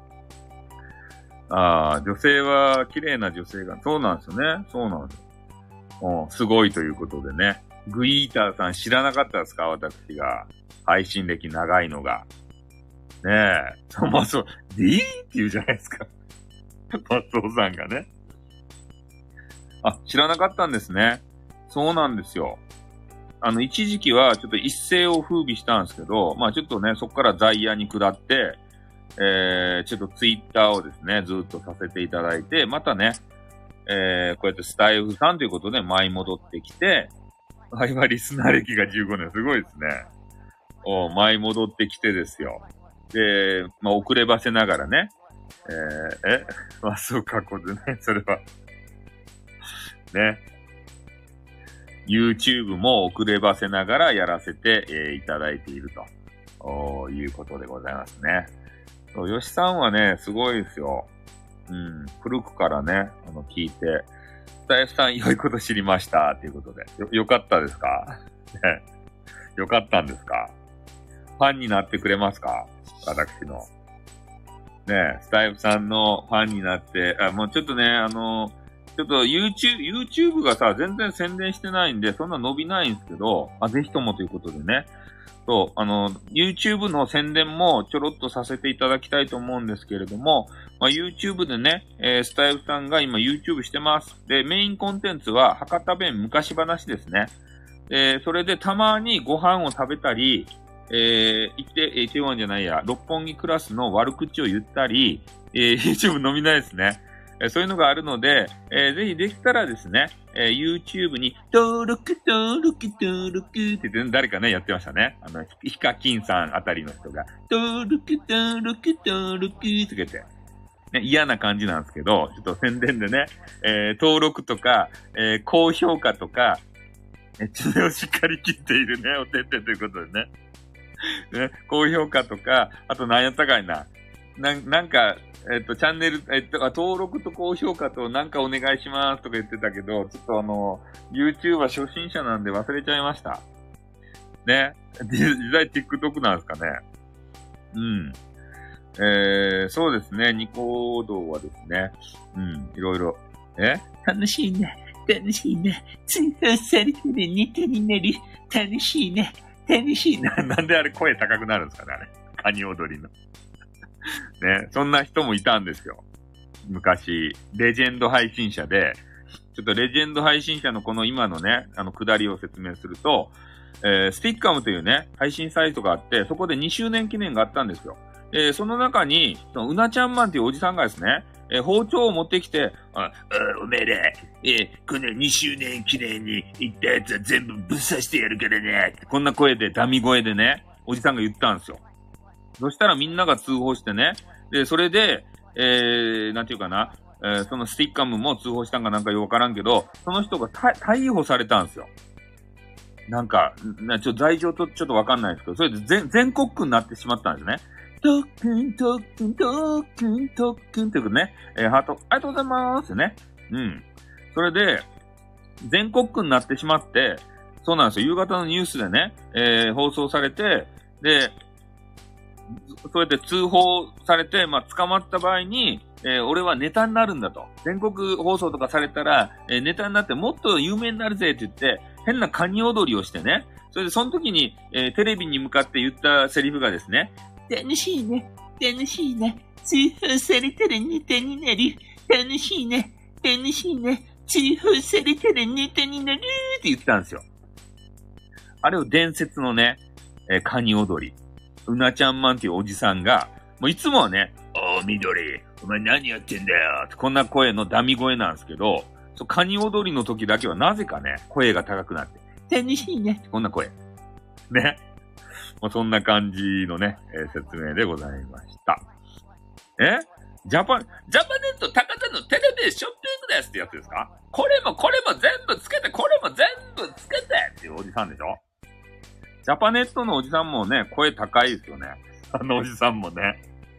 ああ、女性は、綺麗な女性が、そうなんですよね。そうなんですよ。うん、すごいということでね。グイーターさん知らなかったですか？私が。配信歴長いのが。ねえ。そう、まあそう、でいいって言うじゃないですか。松尾さんがね。あ、知らなかったんですね。そうなんですよ。あの、一時期はちょっと一世を風靡したんですけど、まあちょっとね、そこから在野に下って、えー、ちょっとツイッターをですね、ずっとさせていただいて、またね、えー、こうやってスタイフさんということで舞い戻ってきて、我々リスナー歴がじゅうごねん、すごいですね。お舞い戻ってきてですよ。で、まあ遅ればせながらね、えー、え、まあそうか、こでね、それは。ね。YouTube も遅ればせながらやらせて、えー、いただいているということでございますね。吉さんはね、すごいですよ。うん。古くからね、あの、聞いて、スタイフさん良いこと知りましたっていうことで。よ、よかったですかね。よかったんですか？ファンになってくれますか？私の。ね、スタイフさんのファンになって、あ、もうちょっとね、あの、ちょっと YouTube、YouTube がさ、全然宣伝してないんで、そんな伸びないんですけど、あ、ぜひともということでね。そう、あの、YouTube の宣伝もちょろっとさせていただきたいと思うんですけれども、まあ、YouTube でね、えー、スタイフさんが今 YouTube してます。で、メインコンテンツは博多弁昔話ですね。えー、それでたまにご飯を食べたり、えー、いて、えー、テワンじゃないや、六本木クラスの悪口を言ったり、えー、YouTube 飲みないですね。えー、そういうのがあるので、えー、ぜひできたらですね、えー、YouTube に、登録、登録、登録って言って誰かね、やってましたね。あの、ヒカキンさんあたりの人が、登録、登録、登録って言って、ね、嫌な感じなんですけど、ちょっと宣伝でね、えー、登録とか、えー、高評価とか、え、爪をしっかり切っているね、おてってということでね。ね、高評価とか、あと何やったかいな。な、なんか、えっと、チャンネル、えっと、登録と高評価となんかお願いしますとか言ってたけど、ちょっとあの、YouTube は初心者なんで忘れちゃいました。ね。実際 TikTok なんですかね。うん。えー、そうですね。ニコ動はですね。うん、いろいろ。え楽しいね。楽しいね。通報されてるネタになる。楽しいね。楽しいな。なんであれ声高くなるんですかね、あれ。カニ踊りの。ね、そんな人もいたんですよ。昔、レジェンド配信者で、ちょっとレジェンド配信者のこの今のね、あの、下りを説明すると、えー、スティッカムというね、配信サイトがあって、そこでにしゅうねん記念があったんですよ。えー、その中に、そのうなちゃんマンっていうおじさんがですね、えー、包丁を持ってきて、あ、あおめえら、えー、このにしゅうねん記念に行ったやつは全部ぶっ刺してやるからね。こんな声で、ダミ声でね、おじさんが言ったんですよ。そしたらみんなが通報してね、で、それで、えー、なんていうかな、えー、そのスティッカムも通報したんかなんかよくわからんけど、その人が逮捕されたんですよ。なんか、なちょっと罪状とちょっとわかんないですけど、それで全、全国区になってしまったんですね。特訓、特訓、特訓、特訓っていうことね。えー、ハート、ありがとうございますね。うん。それで、全国区になってしまって、そうなんですよ。夕方のニュースでね、えー、放送されて、で、そうやって通報されて、まあ、捕まった場合に、えー、俺はネタになるんだと。全国放送とかされたら、えー、ネタになってもっと有名になるぜって言って、変なカニ踊りをしてね。それでその時に、えー、テレビに向かって言ったセリフがですね、楽しいね、楽しいね、通報されたらネタになる。楽しいね、楽しいね、通報されたらネタになるって言ったんですよ。あれを伝説のね、えー、カニ踊り。うなちゃんマンっていうおじさんが、もういつもはね、おー、緑、お前何やってんだよってこんな声のダミ声なんですけど、そうカニ踊りの時だけはなぜかね、声が高くなって、楽しいねってこんな声。ね。もうそんな感じのね、えー、説明でございました。えジャパン、ジャパネット高田のテレビショッピングですってやつですか？これもこれも全部つけて、これも全部つけてっていうおじさんでしょ？ジャパネットのおじさんもね、声高いですよね。あのおじさんもね。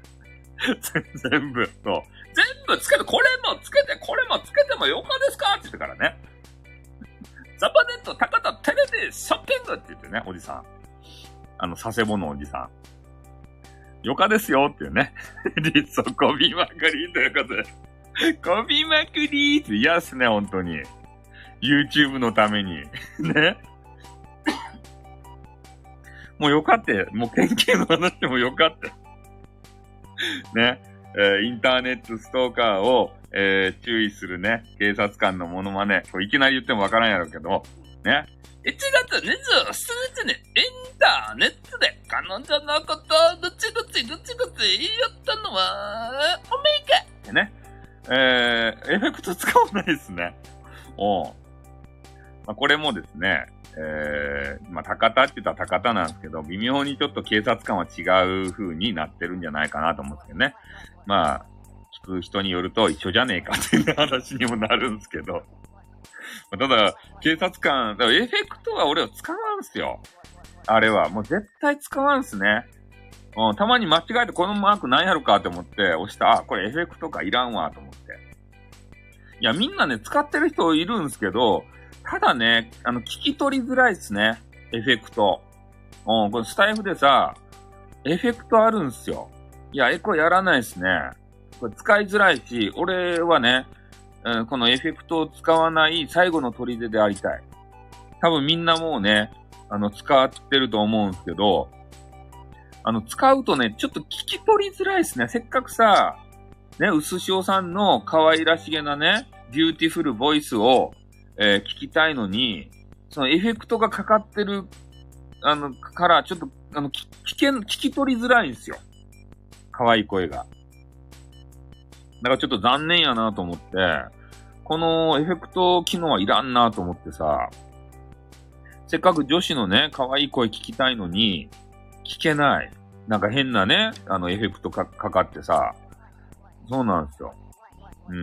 全部、そう。全部つけて、これもつけて、これもつけてもよかですかって言ってからね。ザパネット、高田テレビ、ショッピングって言ってね、おじさん。あの、佐世保のおじさん。よかですよっていうね。リスをこびまくりということで。こびまくりって嫌っすね、本当に。YouTube のために。ね。もうよかって、もう研究の話でもよかって。ね。えー、インターネットストーカーを、えー、注意するね、警察官のモノマネ。これいきなり言ってもわからんやろうけど、ね。いちがつにじゅうしちにちにインターネットで彼女のことをどちどちどちどち言いよったのは、おめえかってね。えー、エフェクト使わないですね。おう。まあ、これもですね、えー、まあ、高田って言ったら高田なんですけど、微妙にちょっと警察官は違う風になってるんじゃないかなと思うんですけどね。まあ、聞く人によると一緒じゃねえかっていう話にもなるんですけど。ただ、警察官、だからエフェクトは俺は使わんすよ。あれは。もう絶対使わんすね。うん、たまに間違えてこのマーク何やるかって思って押した。あ、これエフェクトかいらんわと思って。いや、みんなね、使ってる人いるんすけど、ただね、あの、聞き取りづらいっすね。エフェクト。うん、これスタイフでさ、エフェクトあるんすよ。いや、エコやらないっすね。これ使いづらいし、俺はね、うん、このエフェクトを使わない最後の砦でありたい。多分みんなもうね、あの、使ってると思うんですけど、あの、使うとね、ちょっと聞き取りづらいっすね。せっかくさ、ね、うすしおさんの可愛らしげなね、ビューティフルボイスを、えー、聞きたいのに、そのエフェクトがかかってる、あの、から、ちょっと、あの、聞け、聞き取りづらいんですよ。可愛い声が。だからちょっと残念やなと思って、このエフェクト機能はいらんなと思ってさ、せっかく女子のね、可愛い声聞きたいのに、聞けない。なんか変なね、あのエフェクトか、かかってさ、そうなんですよ。うん。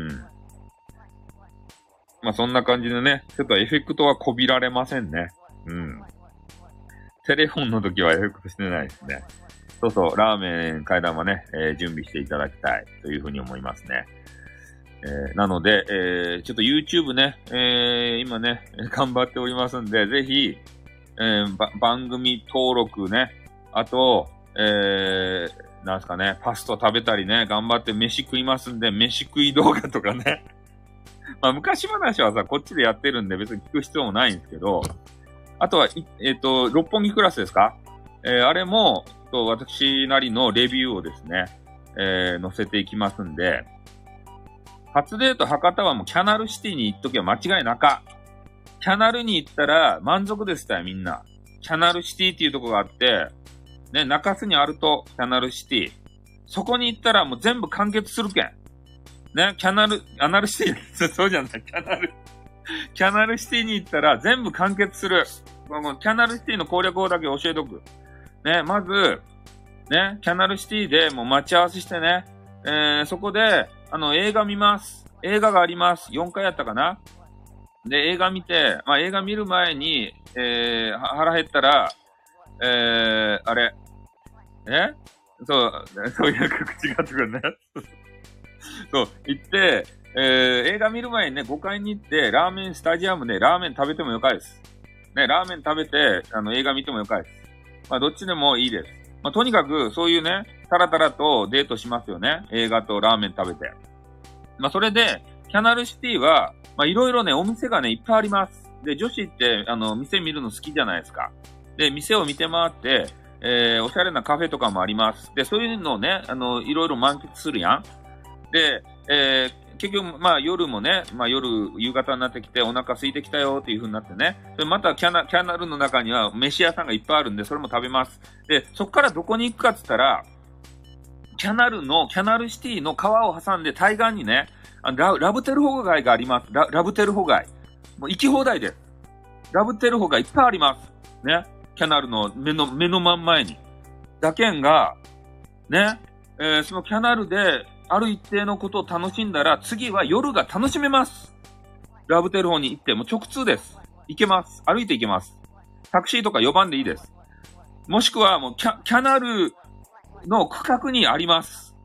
まあそんな感じでね、ちょっとエフェクトはこびられませんね。うん。テレフォンの時はエフェクトしてないですね。そうそう、ラーメン、替え玉ね、えー、準備していただきたいというふうに思いますね。えー、なので、えー、ちょっと YouTube ね、えー、今ね、頑張っておりますんで、ぜひ、えー、番組登録ね、あと、えー、なんすかね、パスタ食べたりね、頑張って飯食いますんで、飯食い動画とかね。まあ、昔話はさ、こっちでやってるんで別に聞く必要もないんですけど、あとは、えっと、六本木クラスですか？えー、あれも、と私なりのレビューをですね、えー、載せていきますんで、初デート博多はもうキャナルシティに行っときは間違いなか。キャナルに行ったら満足でしたよ、みんな。キャナルシティっていうとこがあって、ね、中洲にあると、キャナルシティ。そこに行ったらもう全部完結するけん。ね、キャナル、アナルシティ、そうじゃない、キャナル。キャナルシティに行ったら全部完結する。このキャナルシティの攻略法だけ教えとく。ね、まず、ね、キャナルシティでもう待ち合わせしてね、えー、そこで、あの、映画見ます。映画があります。よんかいやったかな？で、映画見て、まあ、映画見る前に、えー、腹減ったら、えー、あれ、えそう、そういう口がってくるね。そう、行って、えー、映画見る前にね、ごかいに行って、ラーメンスタジアムでラーメン食べてもよかです。ね、ラーメン食べて、あの、映画見てもよかです。まあ、どっちでもいいです。まあ、とにかく、そういうね、タラタラとデートしますよね。映画とラーメン食べて。まあ、それで、キャナルシティは、まあ、いろいろね、お店がね、いっぱいあります。で、女子って、あの、店見るの好きじゃないですか。で、店を見て回って、えー、おしゃれなカフェとかもあります。で、そういうのをね、あの、いろいろ満喫するやん。で、えー、結局、まあ夜もね、まあ夜、夕方になってきてお腹空いてきたよっていう風になってね。で、またキャナ、キャナルの中には飯屋さんがいっぱいあるんで、それも食べます。で、そっからどこに行くかって言ったら、キャナルの、キャナルシティの川を挟んで対岸にね、あララブテルホ街があります。ララブテルホ街。もう行き放題です。ラブテルホ街いっぱいあります。ね。キャナルの目の、目の真ん前に。だけんが、ね、えー、そのキャナルで、ある一定のことを楽しんだら、次は夜が楽しめます。ラブテルホに行って、もう直通です。行けます。歩いて行けます。タクシーとか呼ばんでいいです。もしくは、もうキャ、キャナルの区画にあります。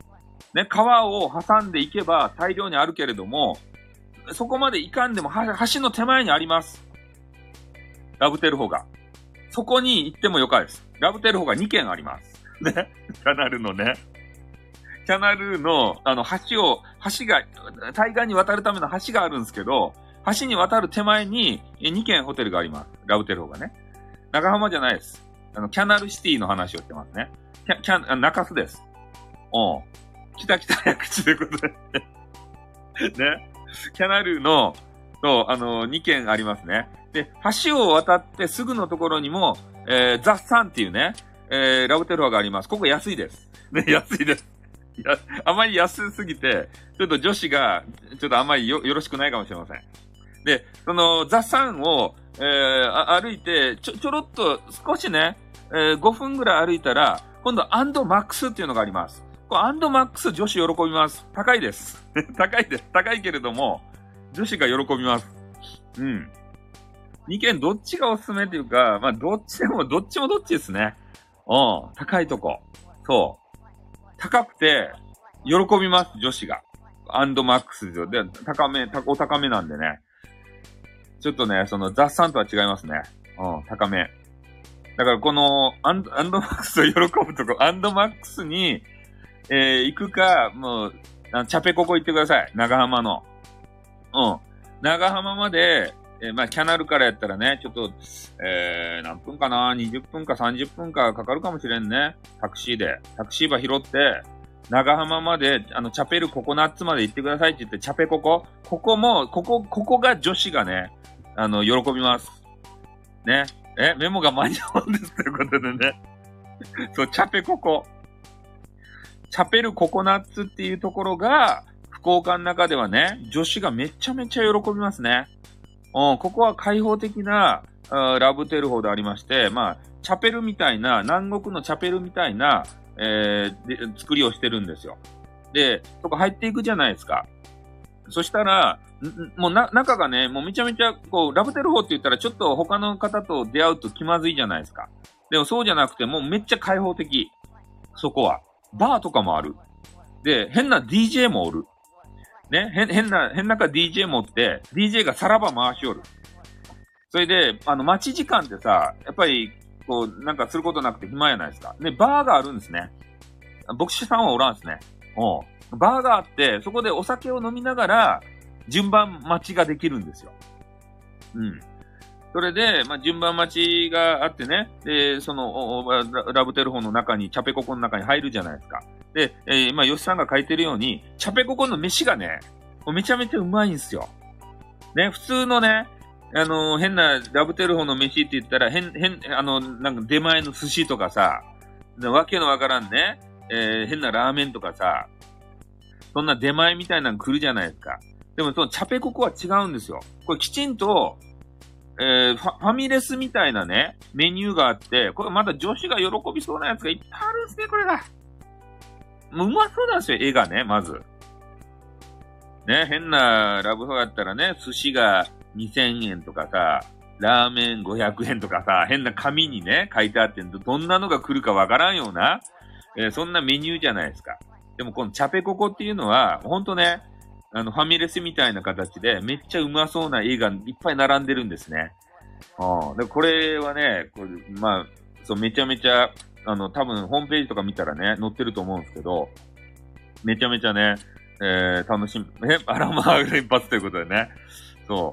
ね、川を挟んでいけば大量にあるけれども、そこまで行かんでも橋の手前にあります。ラブテルホが。そこに行ってもよかです。ラブテルホがにけんあります。ね。キャナルのね。キャナルの、あの、橋を、橋が、対岸に渡るための橋があるんですけど、橋に渡る手前ににけんホテルがあります。ラブテルホがね。長浜じゃないです。あの、キャナルシティの話をしてますね。キャ、キャ、中洲です。おう。北北早口ということで。ね。キャナルの、と、あの、にけんありますね。で、橋を渡ってすぐのところにも、えー、ザ・サンっていうね、えー、ラブテルホがあります。ここ安いです。ね、安いです。や、あまり安すぎて、ちょっと女子が、ちょっとあまりよ、よろしくないかもしれません。で、その、ザ・サンを、えー、歩いて、ちょ、ちょろっと、少しね、えー、ごふんぐらい歩いたら、今度、アンドマックスっていうのがあります。これアンドマックス女子喜びます。高いです。高いです。高いけれども、女子が喜びます。うん。にけんどっちがおすすめっていうか、まあ、どっちでも、どっちもどっちですね。うん。高いとこ。そう。高くて、喜びます、女子が。アンドマックスですよ。で、高め、お高めなんでね。ちょっとね、その、ザ・サンとは違いますね。うん、高め。だからこの、アンド、アンドマックスを喜ぶとこ、アンドマックスに、えー、行くか、もう、あのチャペココ行ってください。長浜の。うん。長浜まで、えー、まあ、キャナルからやったらね、ちょっと、えー、何分かな ?にじゅっ 分かさんじゅっぷんかかかるかもしれんね。タクシーで。タクシーバ拾って、長浜まで、あの、チャペルココナッツまで行ってくださいって言って、チャペココ。ここも、ここ、ここが女子がね、あの、喜びます。ね。え、メモが間に合うんですということでね。そう、チャペココ。チャペルココナッツっていうところが、福岡の中ではね、女子がめちゃめちゃ喜びますね。うん、ここは開放的な、ラブテルホでありまして、まあ、チャペルみたいな、南国のチャペルみたいな、えー、で作りをしてるんですよ。で、そこ入っていくじゃないですか。そしたら、もうな、中がね、もうめちゃめちゃ、こう、ラブテルホって言ったらちょっと他の方と出会うと気まずいじゃないですか。でもそうじゃなくて、もうめっちゃ開放的。そこは。バーとかもある。で、変な ディージェー もおる。ね、変、変な、変なか ディージェー 持って、ディージェー がさらば回しおる。それで、あの、待ち時間ってさ、やっぱり、こう、なんかすることなくて暇やないですか。で、バーがあるんですね。牧師さんはおらんですね。おう。バーがあって、そこでお酒を飲みながら、順番待ちができるんですよ。うん。それで、まあ、順番待ちがあってね、で、その、ラ、ラブテルホの中に、チャペココの中に入るじゃないですか。で、えー、まあ、吉さんが書いてるように、チャペココの飯がね、めちゃめちゃうまいんですよ。ね、普通のね、あのー、変なラブテルホの飯って言ったら、変、変、あの、なんか出前の寿司とかさ、わけのわからんね、えー、変なラーメンとかさ、そんな出前みたいなの来るじゃないですか。でもそのチャペココは違うんですよ。これきちんと、えー、ファ、ファミレスみたいなね、メニューがあって、これまた女子が喜びそうなやつがいっぱいあるんですね、これが。もううまそうなんですよ、絵がね、まず。ね、変なラブホやったらね、寿司がにせんえんとかさ、ラーメンごひゃくえんとかさ、変な紙にね、書いてあってんと、どんなのが来るかわからんような、えー、そんなメニューじゃないですか。でもこのチャペココっていうのは、ほんとね、あの、ファミレスみたいな形で、めっちゃうまそうな絵がいっぱい並んでるんですね。うん。で、これはね、これまあ、そう、めちゃめちゃ、あの、多分、ホームページとか見たらね、載ってると思うんですけど、めちゃめちゃね、えー、楽しみ、え、アラマー連発ということでね。そう。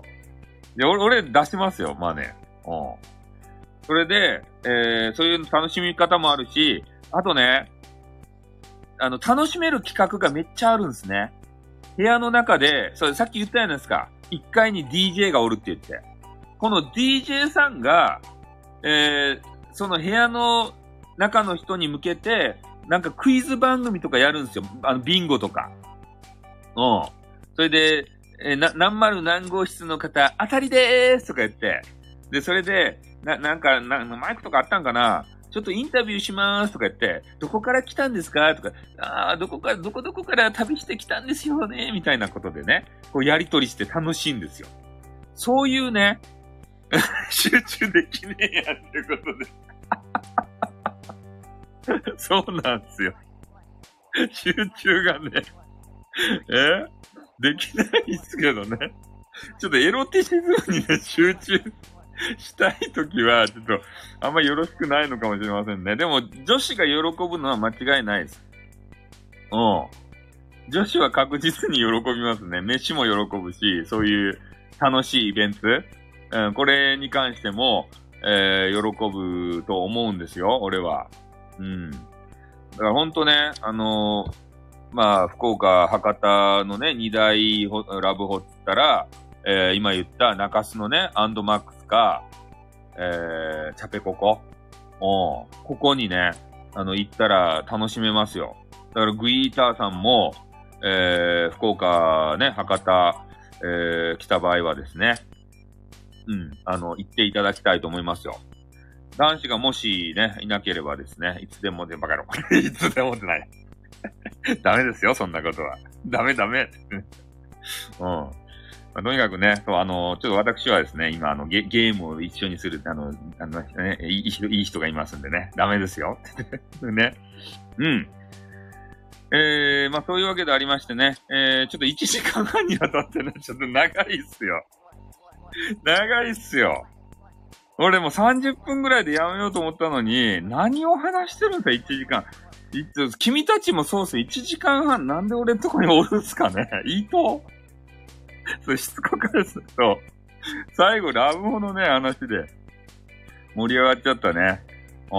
で、俺、俺出しますよ、まあね。うん。それで、えー、そういう楽しみ方もあるし、あとね、あの、楽しめる企画がめっちゃあるんですね。部屋の中で、それさっき言ったじゃないですか。いっかいに ディージェー がおるって言って。この ディージェー さんが、えー、その部屋の中の人に向けて、なんかクイズ番組とかやるんですよ。あの、ビンゴとか。うん。それで、えー、な、何丸何号室の方、当たりでーすとか言って。で、それで、な、なんか、な、マイクとかあったんかな、ちょっとインタビューしますとか言って、どこから来たんですかとか、ああ、どこから、どこどこから旅してきたんですよねみたいなことでね、こうやりとりして楽しいんですよ。そういうね、集中できねえやんってことで。そうなんですよ。 集中がね、えできないっすけどね。ちょっとエロティシズムにね、集中したいときは、ちょっと、あんまよろしくないのかもしれませんね。でも、女子が喜ぶのは間違いないです。うん。女子は確実に喜びますね。飯も喜ぶし、そういう楽しいイベント、うん、これに関しても、えー、喜ぶと思うんですよ、俺は。うん。だからほんとね、あのー、まあ、福岡、博多のね、二大ラブホって言ったら、えー、今言った中洲のね、アンドマックスか、えー、チャペココ。おここにね、あの、行ったら楽しめますよ。だからグイーターさんも、えー、福岡ね、博多、えー、来た場合はですね、うん、あの、行っていただきたいと思いますよ。男子がもしね、いなければですね、いつでもで、バカ野郎。いつでもってない。ダメですよ、そんなことは。ダメダメ。うん。まあ、とにかくね、そう、あの、ちょっと私はですね、今、あの、ゲ、ゲームを一緒にする、あの、あの、ね、いい人、いい人がいますんでね、ダメですよ。ね。うん。えー、まあ、そういうわけでありましてね、えー、ちょっといちじかんはんにわたってね、ちょっと長いっすよ。長いっすよ。俺もうさんじゅっぷんぐらいでやめようと思ったのに、何を話してるんだ、いちじかん。い君たちもそうっす、いちじかんはん、なんで俺のとこにおるんすかね。いいとそれしつこくですと、最後ラブホのね、話で盛り上がっちゃったね。うん。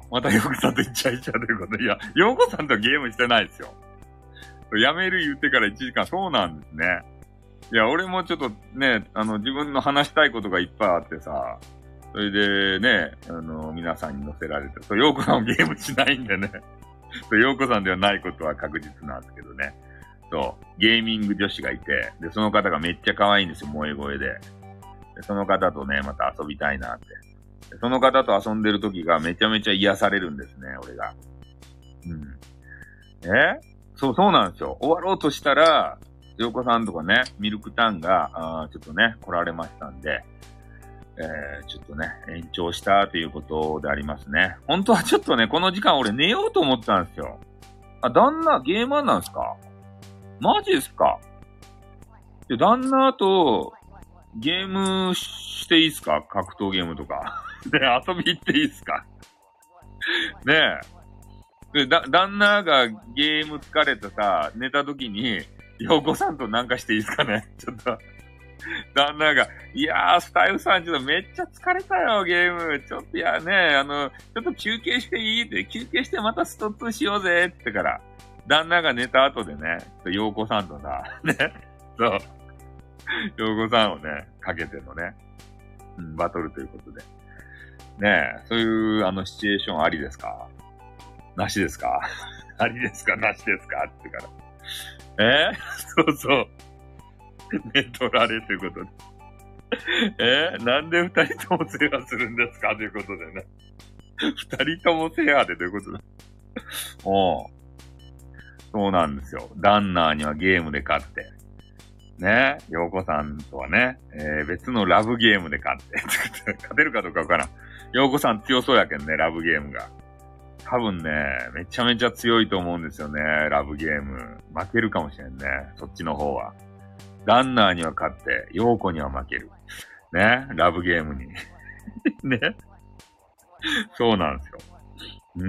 またヨーコさんとイチャイチャということで。いや、ヨーコさんとゲームしてないですよ。やめる言ってからいちじかん、そうなんですね。いや、俺もちょっとね、あの、自分の話したいことがいっぱいあってさ、それでね、あの、皆さんに載せられて、そう、ヨーコさんもゲームしないんでね。そう、ヨーコさんではないことは確実なんですけどね。そう、ゲーミング女子がいて、で、その方がめっちゃ可愛いんですよ、萌え声で。でその方とね、また遊びたいなって。でその方と遊んでる時がめちゃめちゃ癒されるんですね、俺が。うん。えそう、そうなんですよ。終わろうとしたら、ヨーコさんとかね、ミルクタンが、あちょっとね、来られましたんで、えー、ちょっとね、延長したということでありますね。本当はちょっとね、この時間俺寝ようと思ったんですよ。あ、旦那、ゲーマーなんですか？マジですか？で、旦那と、ゲームしていいですか？格闘ゲームとか。で、遊び行っていいですか？ねえ。で、だ、旦那がゲーム疲れてさ、寝た時に、ヨーコさんとなんかしていいですかね？ちょっと。旦那が、いやー、スタイルさんちょっとめっちゃ疲れたよ、ゲーム。ちょっといやね、あの、ちょっと休憩していいって、休憩してまたストップしようぜって言ってから、旦那が寝た後でね、ヨーコさんとさ、ね、そう、ヨーコさんをね、かけてのね、うん、バトルということで。ねえ、そういう、あの、シチュエーションありですか？なしですか？ありですか？なしですか？ってから。えー、そうそう。寝取られということで。えー、なんで二人とも制覇するんですかということでね。二人とも制覇でということで。おう。そうなんですよ。ランナーにはゲームで勝って。ね。ヨーコさんとはね、えー、別のラブゲームで勝って。勝てるかどうかわからん。ヨーコさん強そうやけんね、ラブゲームが。多分ね、めちゃめちゃ強いと思うんですよね、ラブゲーム。負けるかもしれんね、そっちの方は。ランナーには勝って、ヨーコには負ける。ね、ラブゲームに。ね。そうなんですよ。うん。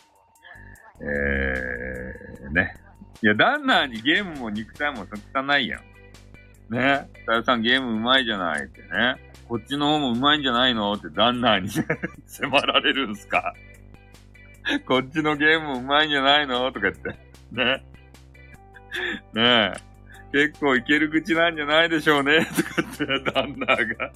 えー、ね。いや、ランナーにゲームも肉体も汚いやん。ね。タヨさんゲーム上手いじゃないってね。こっちの方も上手いんじゃないのってランナーに迫られるんすか。こっちのゲーム上手いんじゃないのとか言って。ね。ねえ。結構いける口なんじゃないでしょうね。とか言って、旦那が。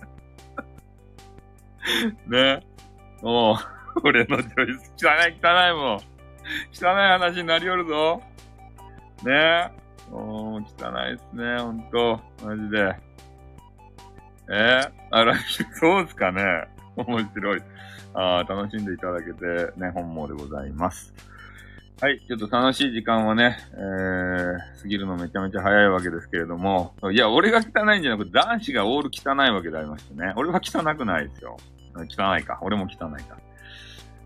ね。もう、俺のチョイス、汚い汚いもん。汚い話になりよるぞ。ね。もう、汚いっすね、ほんと。マジで。えー、あら、そうっすかね。面白い。あー、楽しんでいただけてね、本望でございます。はい。ちょっと楽しい時間はね、えー、過ぎるのめちゃめちゃ早いわけですけれども、いや、俺が汚いんじゃなくて、男子がオール汚いわけでありましてね。俺は汚くないですよ。汚いか。俺も汚いか。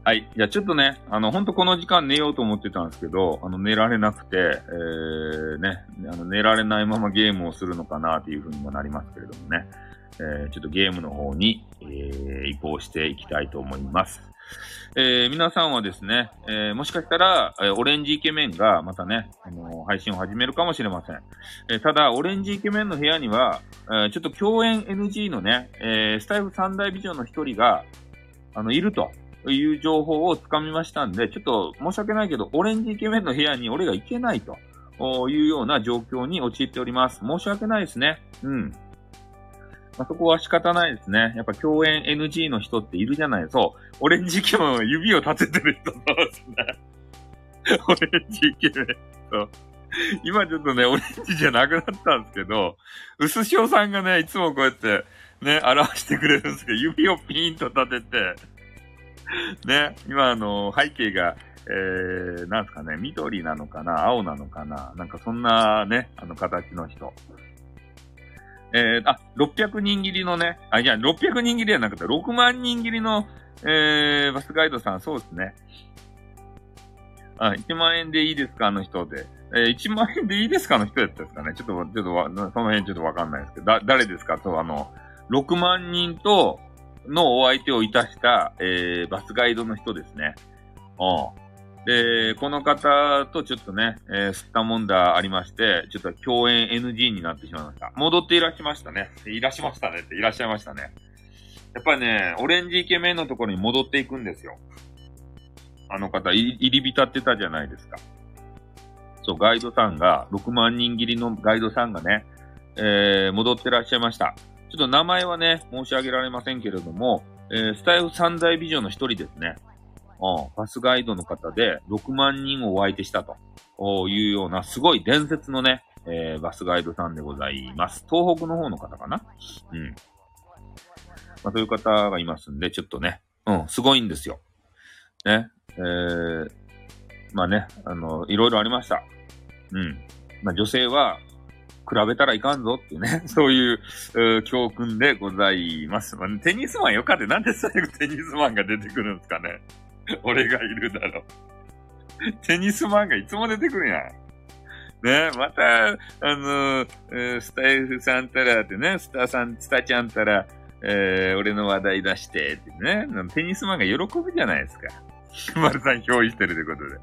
はい。じゃあちょっとね、あの、ほんとこの時間寝ようと思ってたんですけど、あの、寝られなくて、えー、ね、あの、寝られないままゲームをするのかなというふうにもなりますけれどもね、えー、ちょっとゲームの方に、えー、移行していきたいと思います。えー、皆さんはですね、えー、もしかしたら、えー、オレンジイケメンがまたね、あのー配信を始めるかもしれません。えー、ただ、オレンジイケメンの部屋には、えー、ちょっと共演 エヌジー のね、えー、スタイフ三大美女の一人が、あの、いるという情報をつかみましたんで、ちょっと申し訳ないけど、オレンジイケメンの部屋に俺が行けないというような状況に陥っております。申し訳ないですね。うん。まあ、そこは仕方ないですね。やっぱ共演 エヌジー の人っているじゃない。そう。オレンジイケメンは指を立ててる人そうですね。オレンジイケメン。そう。今ちょっとね、オレンジじゃなくなったんですけど、うすしおさんがね、いつもこうやってね、表してくれるんですけど、指をピーンと立てて、ね、今あの、背景が、えー、なんですかね、緑なのかな、青なのかな、なんかそんなね、あの形の人。えー、あ、ろっぴゃくにん切りのね、あ、いや、ろっぴゃくにん切りじゃなくて、ろくまんにん切りの、えー、バスガイドさん、そうですね。あ、いちまん円でいいですかあの人で。えー、いちまん円でいいですかの人やったんですかね。ちょっと、ちょっとわ、その辺ちょっとわかんないですけど、だ、誰ですかと、あの、ろくまん人と、のお相手をいたした、えー、バスガイドの人ですね。うん。で、この方とちょっとね、えー、吸ったもんだありまして、ちょっと共演 エヌジー になってしまいました。戻っていらっしゃいましたね。いらっしゃいましたねって、いらっしゃいましたね。やっぱりね、オレンジイケメンのところに戻っていくんですよ。あの方、入り浸ってたじゃないですか。そう、ガイドさんが、ろくまん人切りのガイドさんがね、えー、戻ってらっしゃいました。ちょっと名前はね、申し上げられませんけれども、えー、スタイフ三大美女の一人ですね。うん、バスガイドの方でろくまん人をお相手したというようなすごい伝説のね、えー、バスガイドさんでございます。東北の方の方かな。うん。まあ、そういう方がいますんで、ちょっとね、うん、すごいんですよ。ね。えー、まあね、あの、いろいろありました。うん。まあ女性は、比べたらいかんぞっていうね、そういう、う教訓でございます。まあ、テニスマンよかってなんで最後テニスマンが出てくるんですかね。俺がいるだろう。テニスマンがいつも出てくるやん。ね、また、あの、えースタイフさんたらってね、スタさん、スタちゃんたら、えー、俺の話題出してってね、テニスマンが喜ぶじゃないですか。丸さん表意してるということで。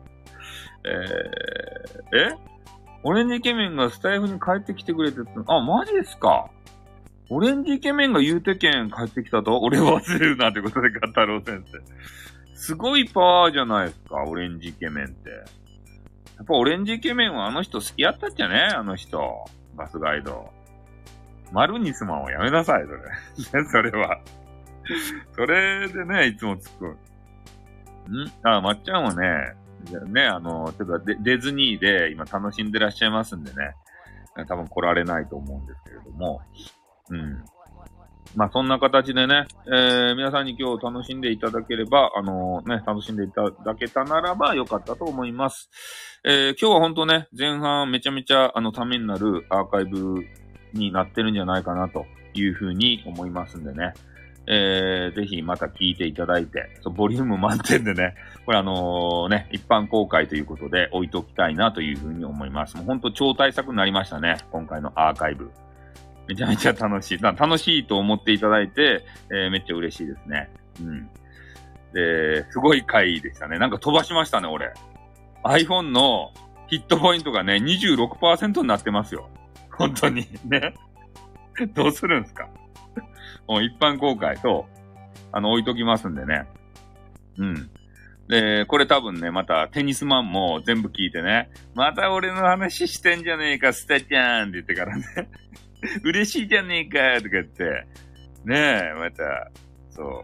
えー、えオレンジイケメンがスタイフに帰ってきてくれてあ、マジですかオレンジイケメンが言うてけん帰ってきたと俺忘れるなってことで、ガタロウ先生。すごいパワーじゃないですか、オレンジイケメンって。やっぱオレンジイケメンはあの人好きやったっちゃねあの人。バスガイド。マルニスマンはやめなさい、それ。それは。それでね、いつもつく。んあ、まっちゃんはね、ね、あの、ちょっとデディズニーで今楽しんでらっしゃいますんでね、多分来られないと思うんですけれども、うん。まあそんな形でね、えー、皆さんに今日楽しんでいただければ、あのね、楽しんでいただけたならばよかったと思います。えー、今日は本当ね、前半めちゃめちゃあのためになるアーカイブになってるんじゃないかなというふうに思いますんでね。えー、ぜひまた聞いていただいて、そうボリューム満点でね、これあのー、ね、一般公開ということで置いときたいなというふうに思います。もう本当超大作になりましたね、今回のアーカイブ。めちゃめちゃ楽しい。楽しいと思っていただいて、えー、めっちゃ嬉しいですね。うん。で、すごい回でしたね。なんか飛ばしましたね、俺。iPhone のヒットポイントがね、にじゅうろくパーセント になってますよ。本当に。ね。どうするんすかもう一般公開と、あの、置いときますんでね。うん。で、これ多分ね、またテニスマンも全部聞いてね、また俺の話してんじゃねえか、スタちゃんって言ってからね。嬉しいじゃねえかとか言って、ねえ、また、そう、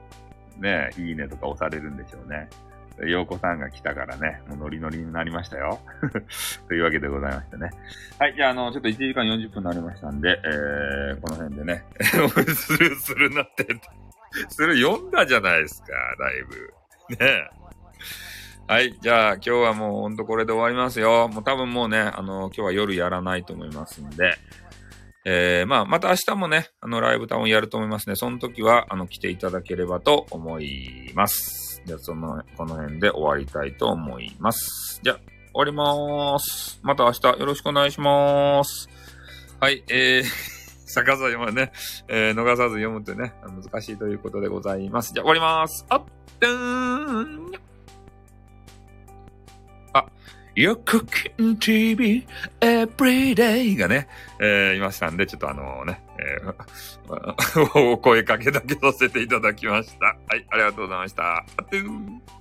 ねえ、いいねとか押されるんでしょうね。ようこさんが来たからね、もうノリノリになりましたよ。というわけでございましてね。はい、じゃあ、あの、ちょっといちじかんよんじゅっぷんになりましたんで、えー、この辺でね、スルーするなって、スルー読んだじゃないですか、だいぶ。ねえ。はい、じゃあ、今日はもうほんとこれで終わりますよ。もう多分もうね、あの、今日は夜やらないと思いますんで、 えー、まあ、また明日もね、あの、ライブタウンやると思いますね。その時は、あの、来ていただければと思います。じゃあ、その、この辺で終わりたいと思います。じゃあ、終わりまーす。また明日よろしくお願いしまーす。はい、えー、逆さ読むね、えー、逃さず読むってね、難しいということでございます。じゃあ、終わりまーす。あってーん。あ、You're Cooking ティーブイ Everyday がね、えー、いましたんで、ちょっとあのね、えー、お声かけだけさせていただきました。はい、ありがとうございました。あってーん。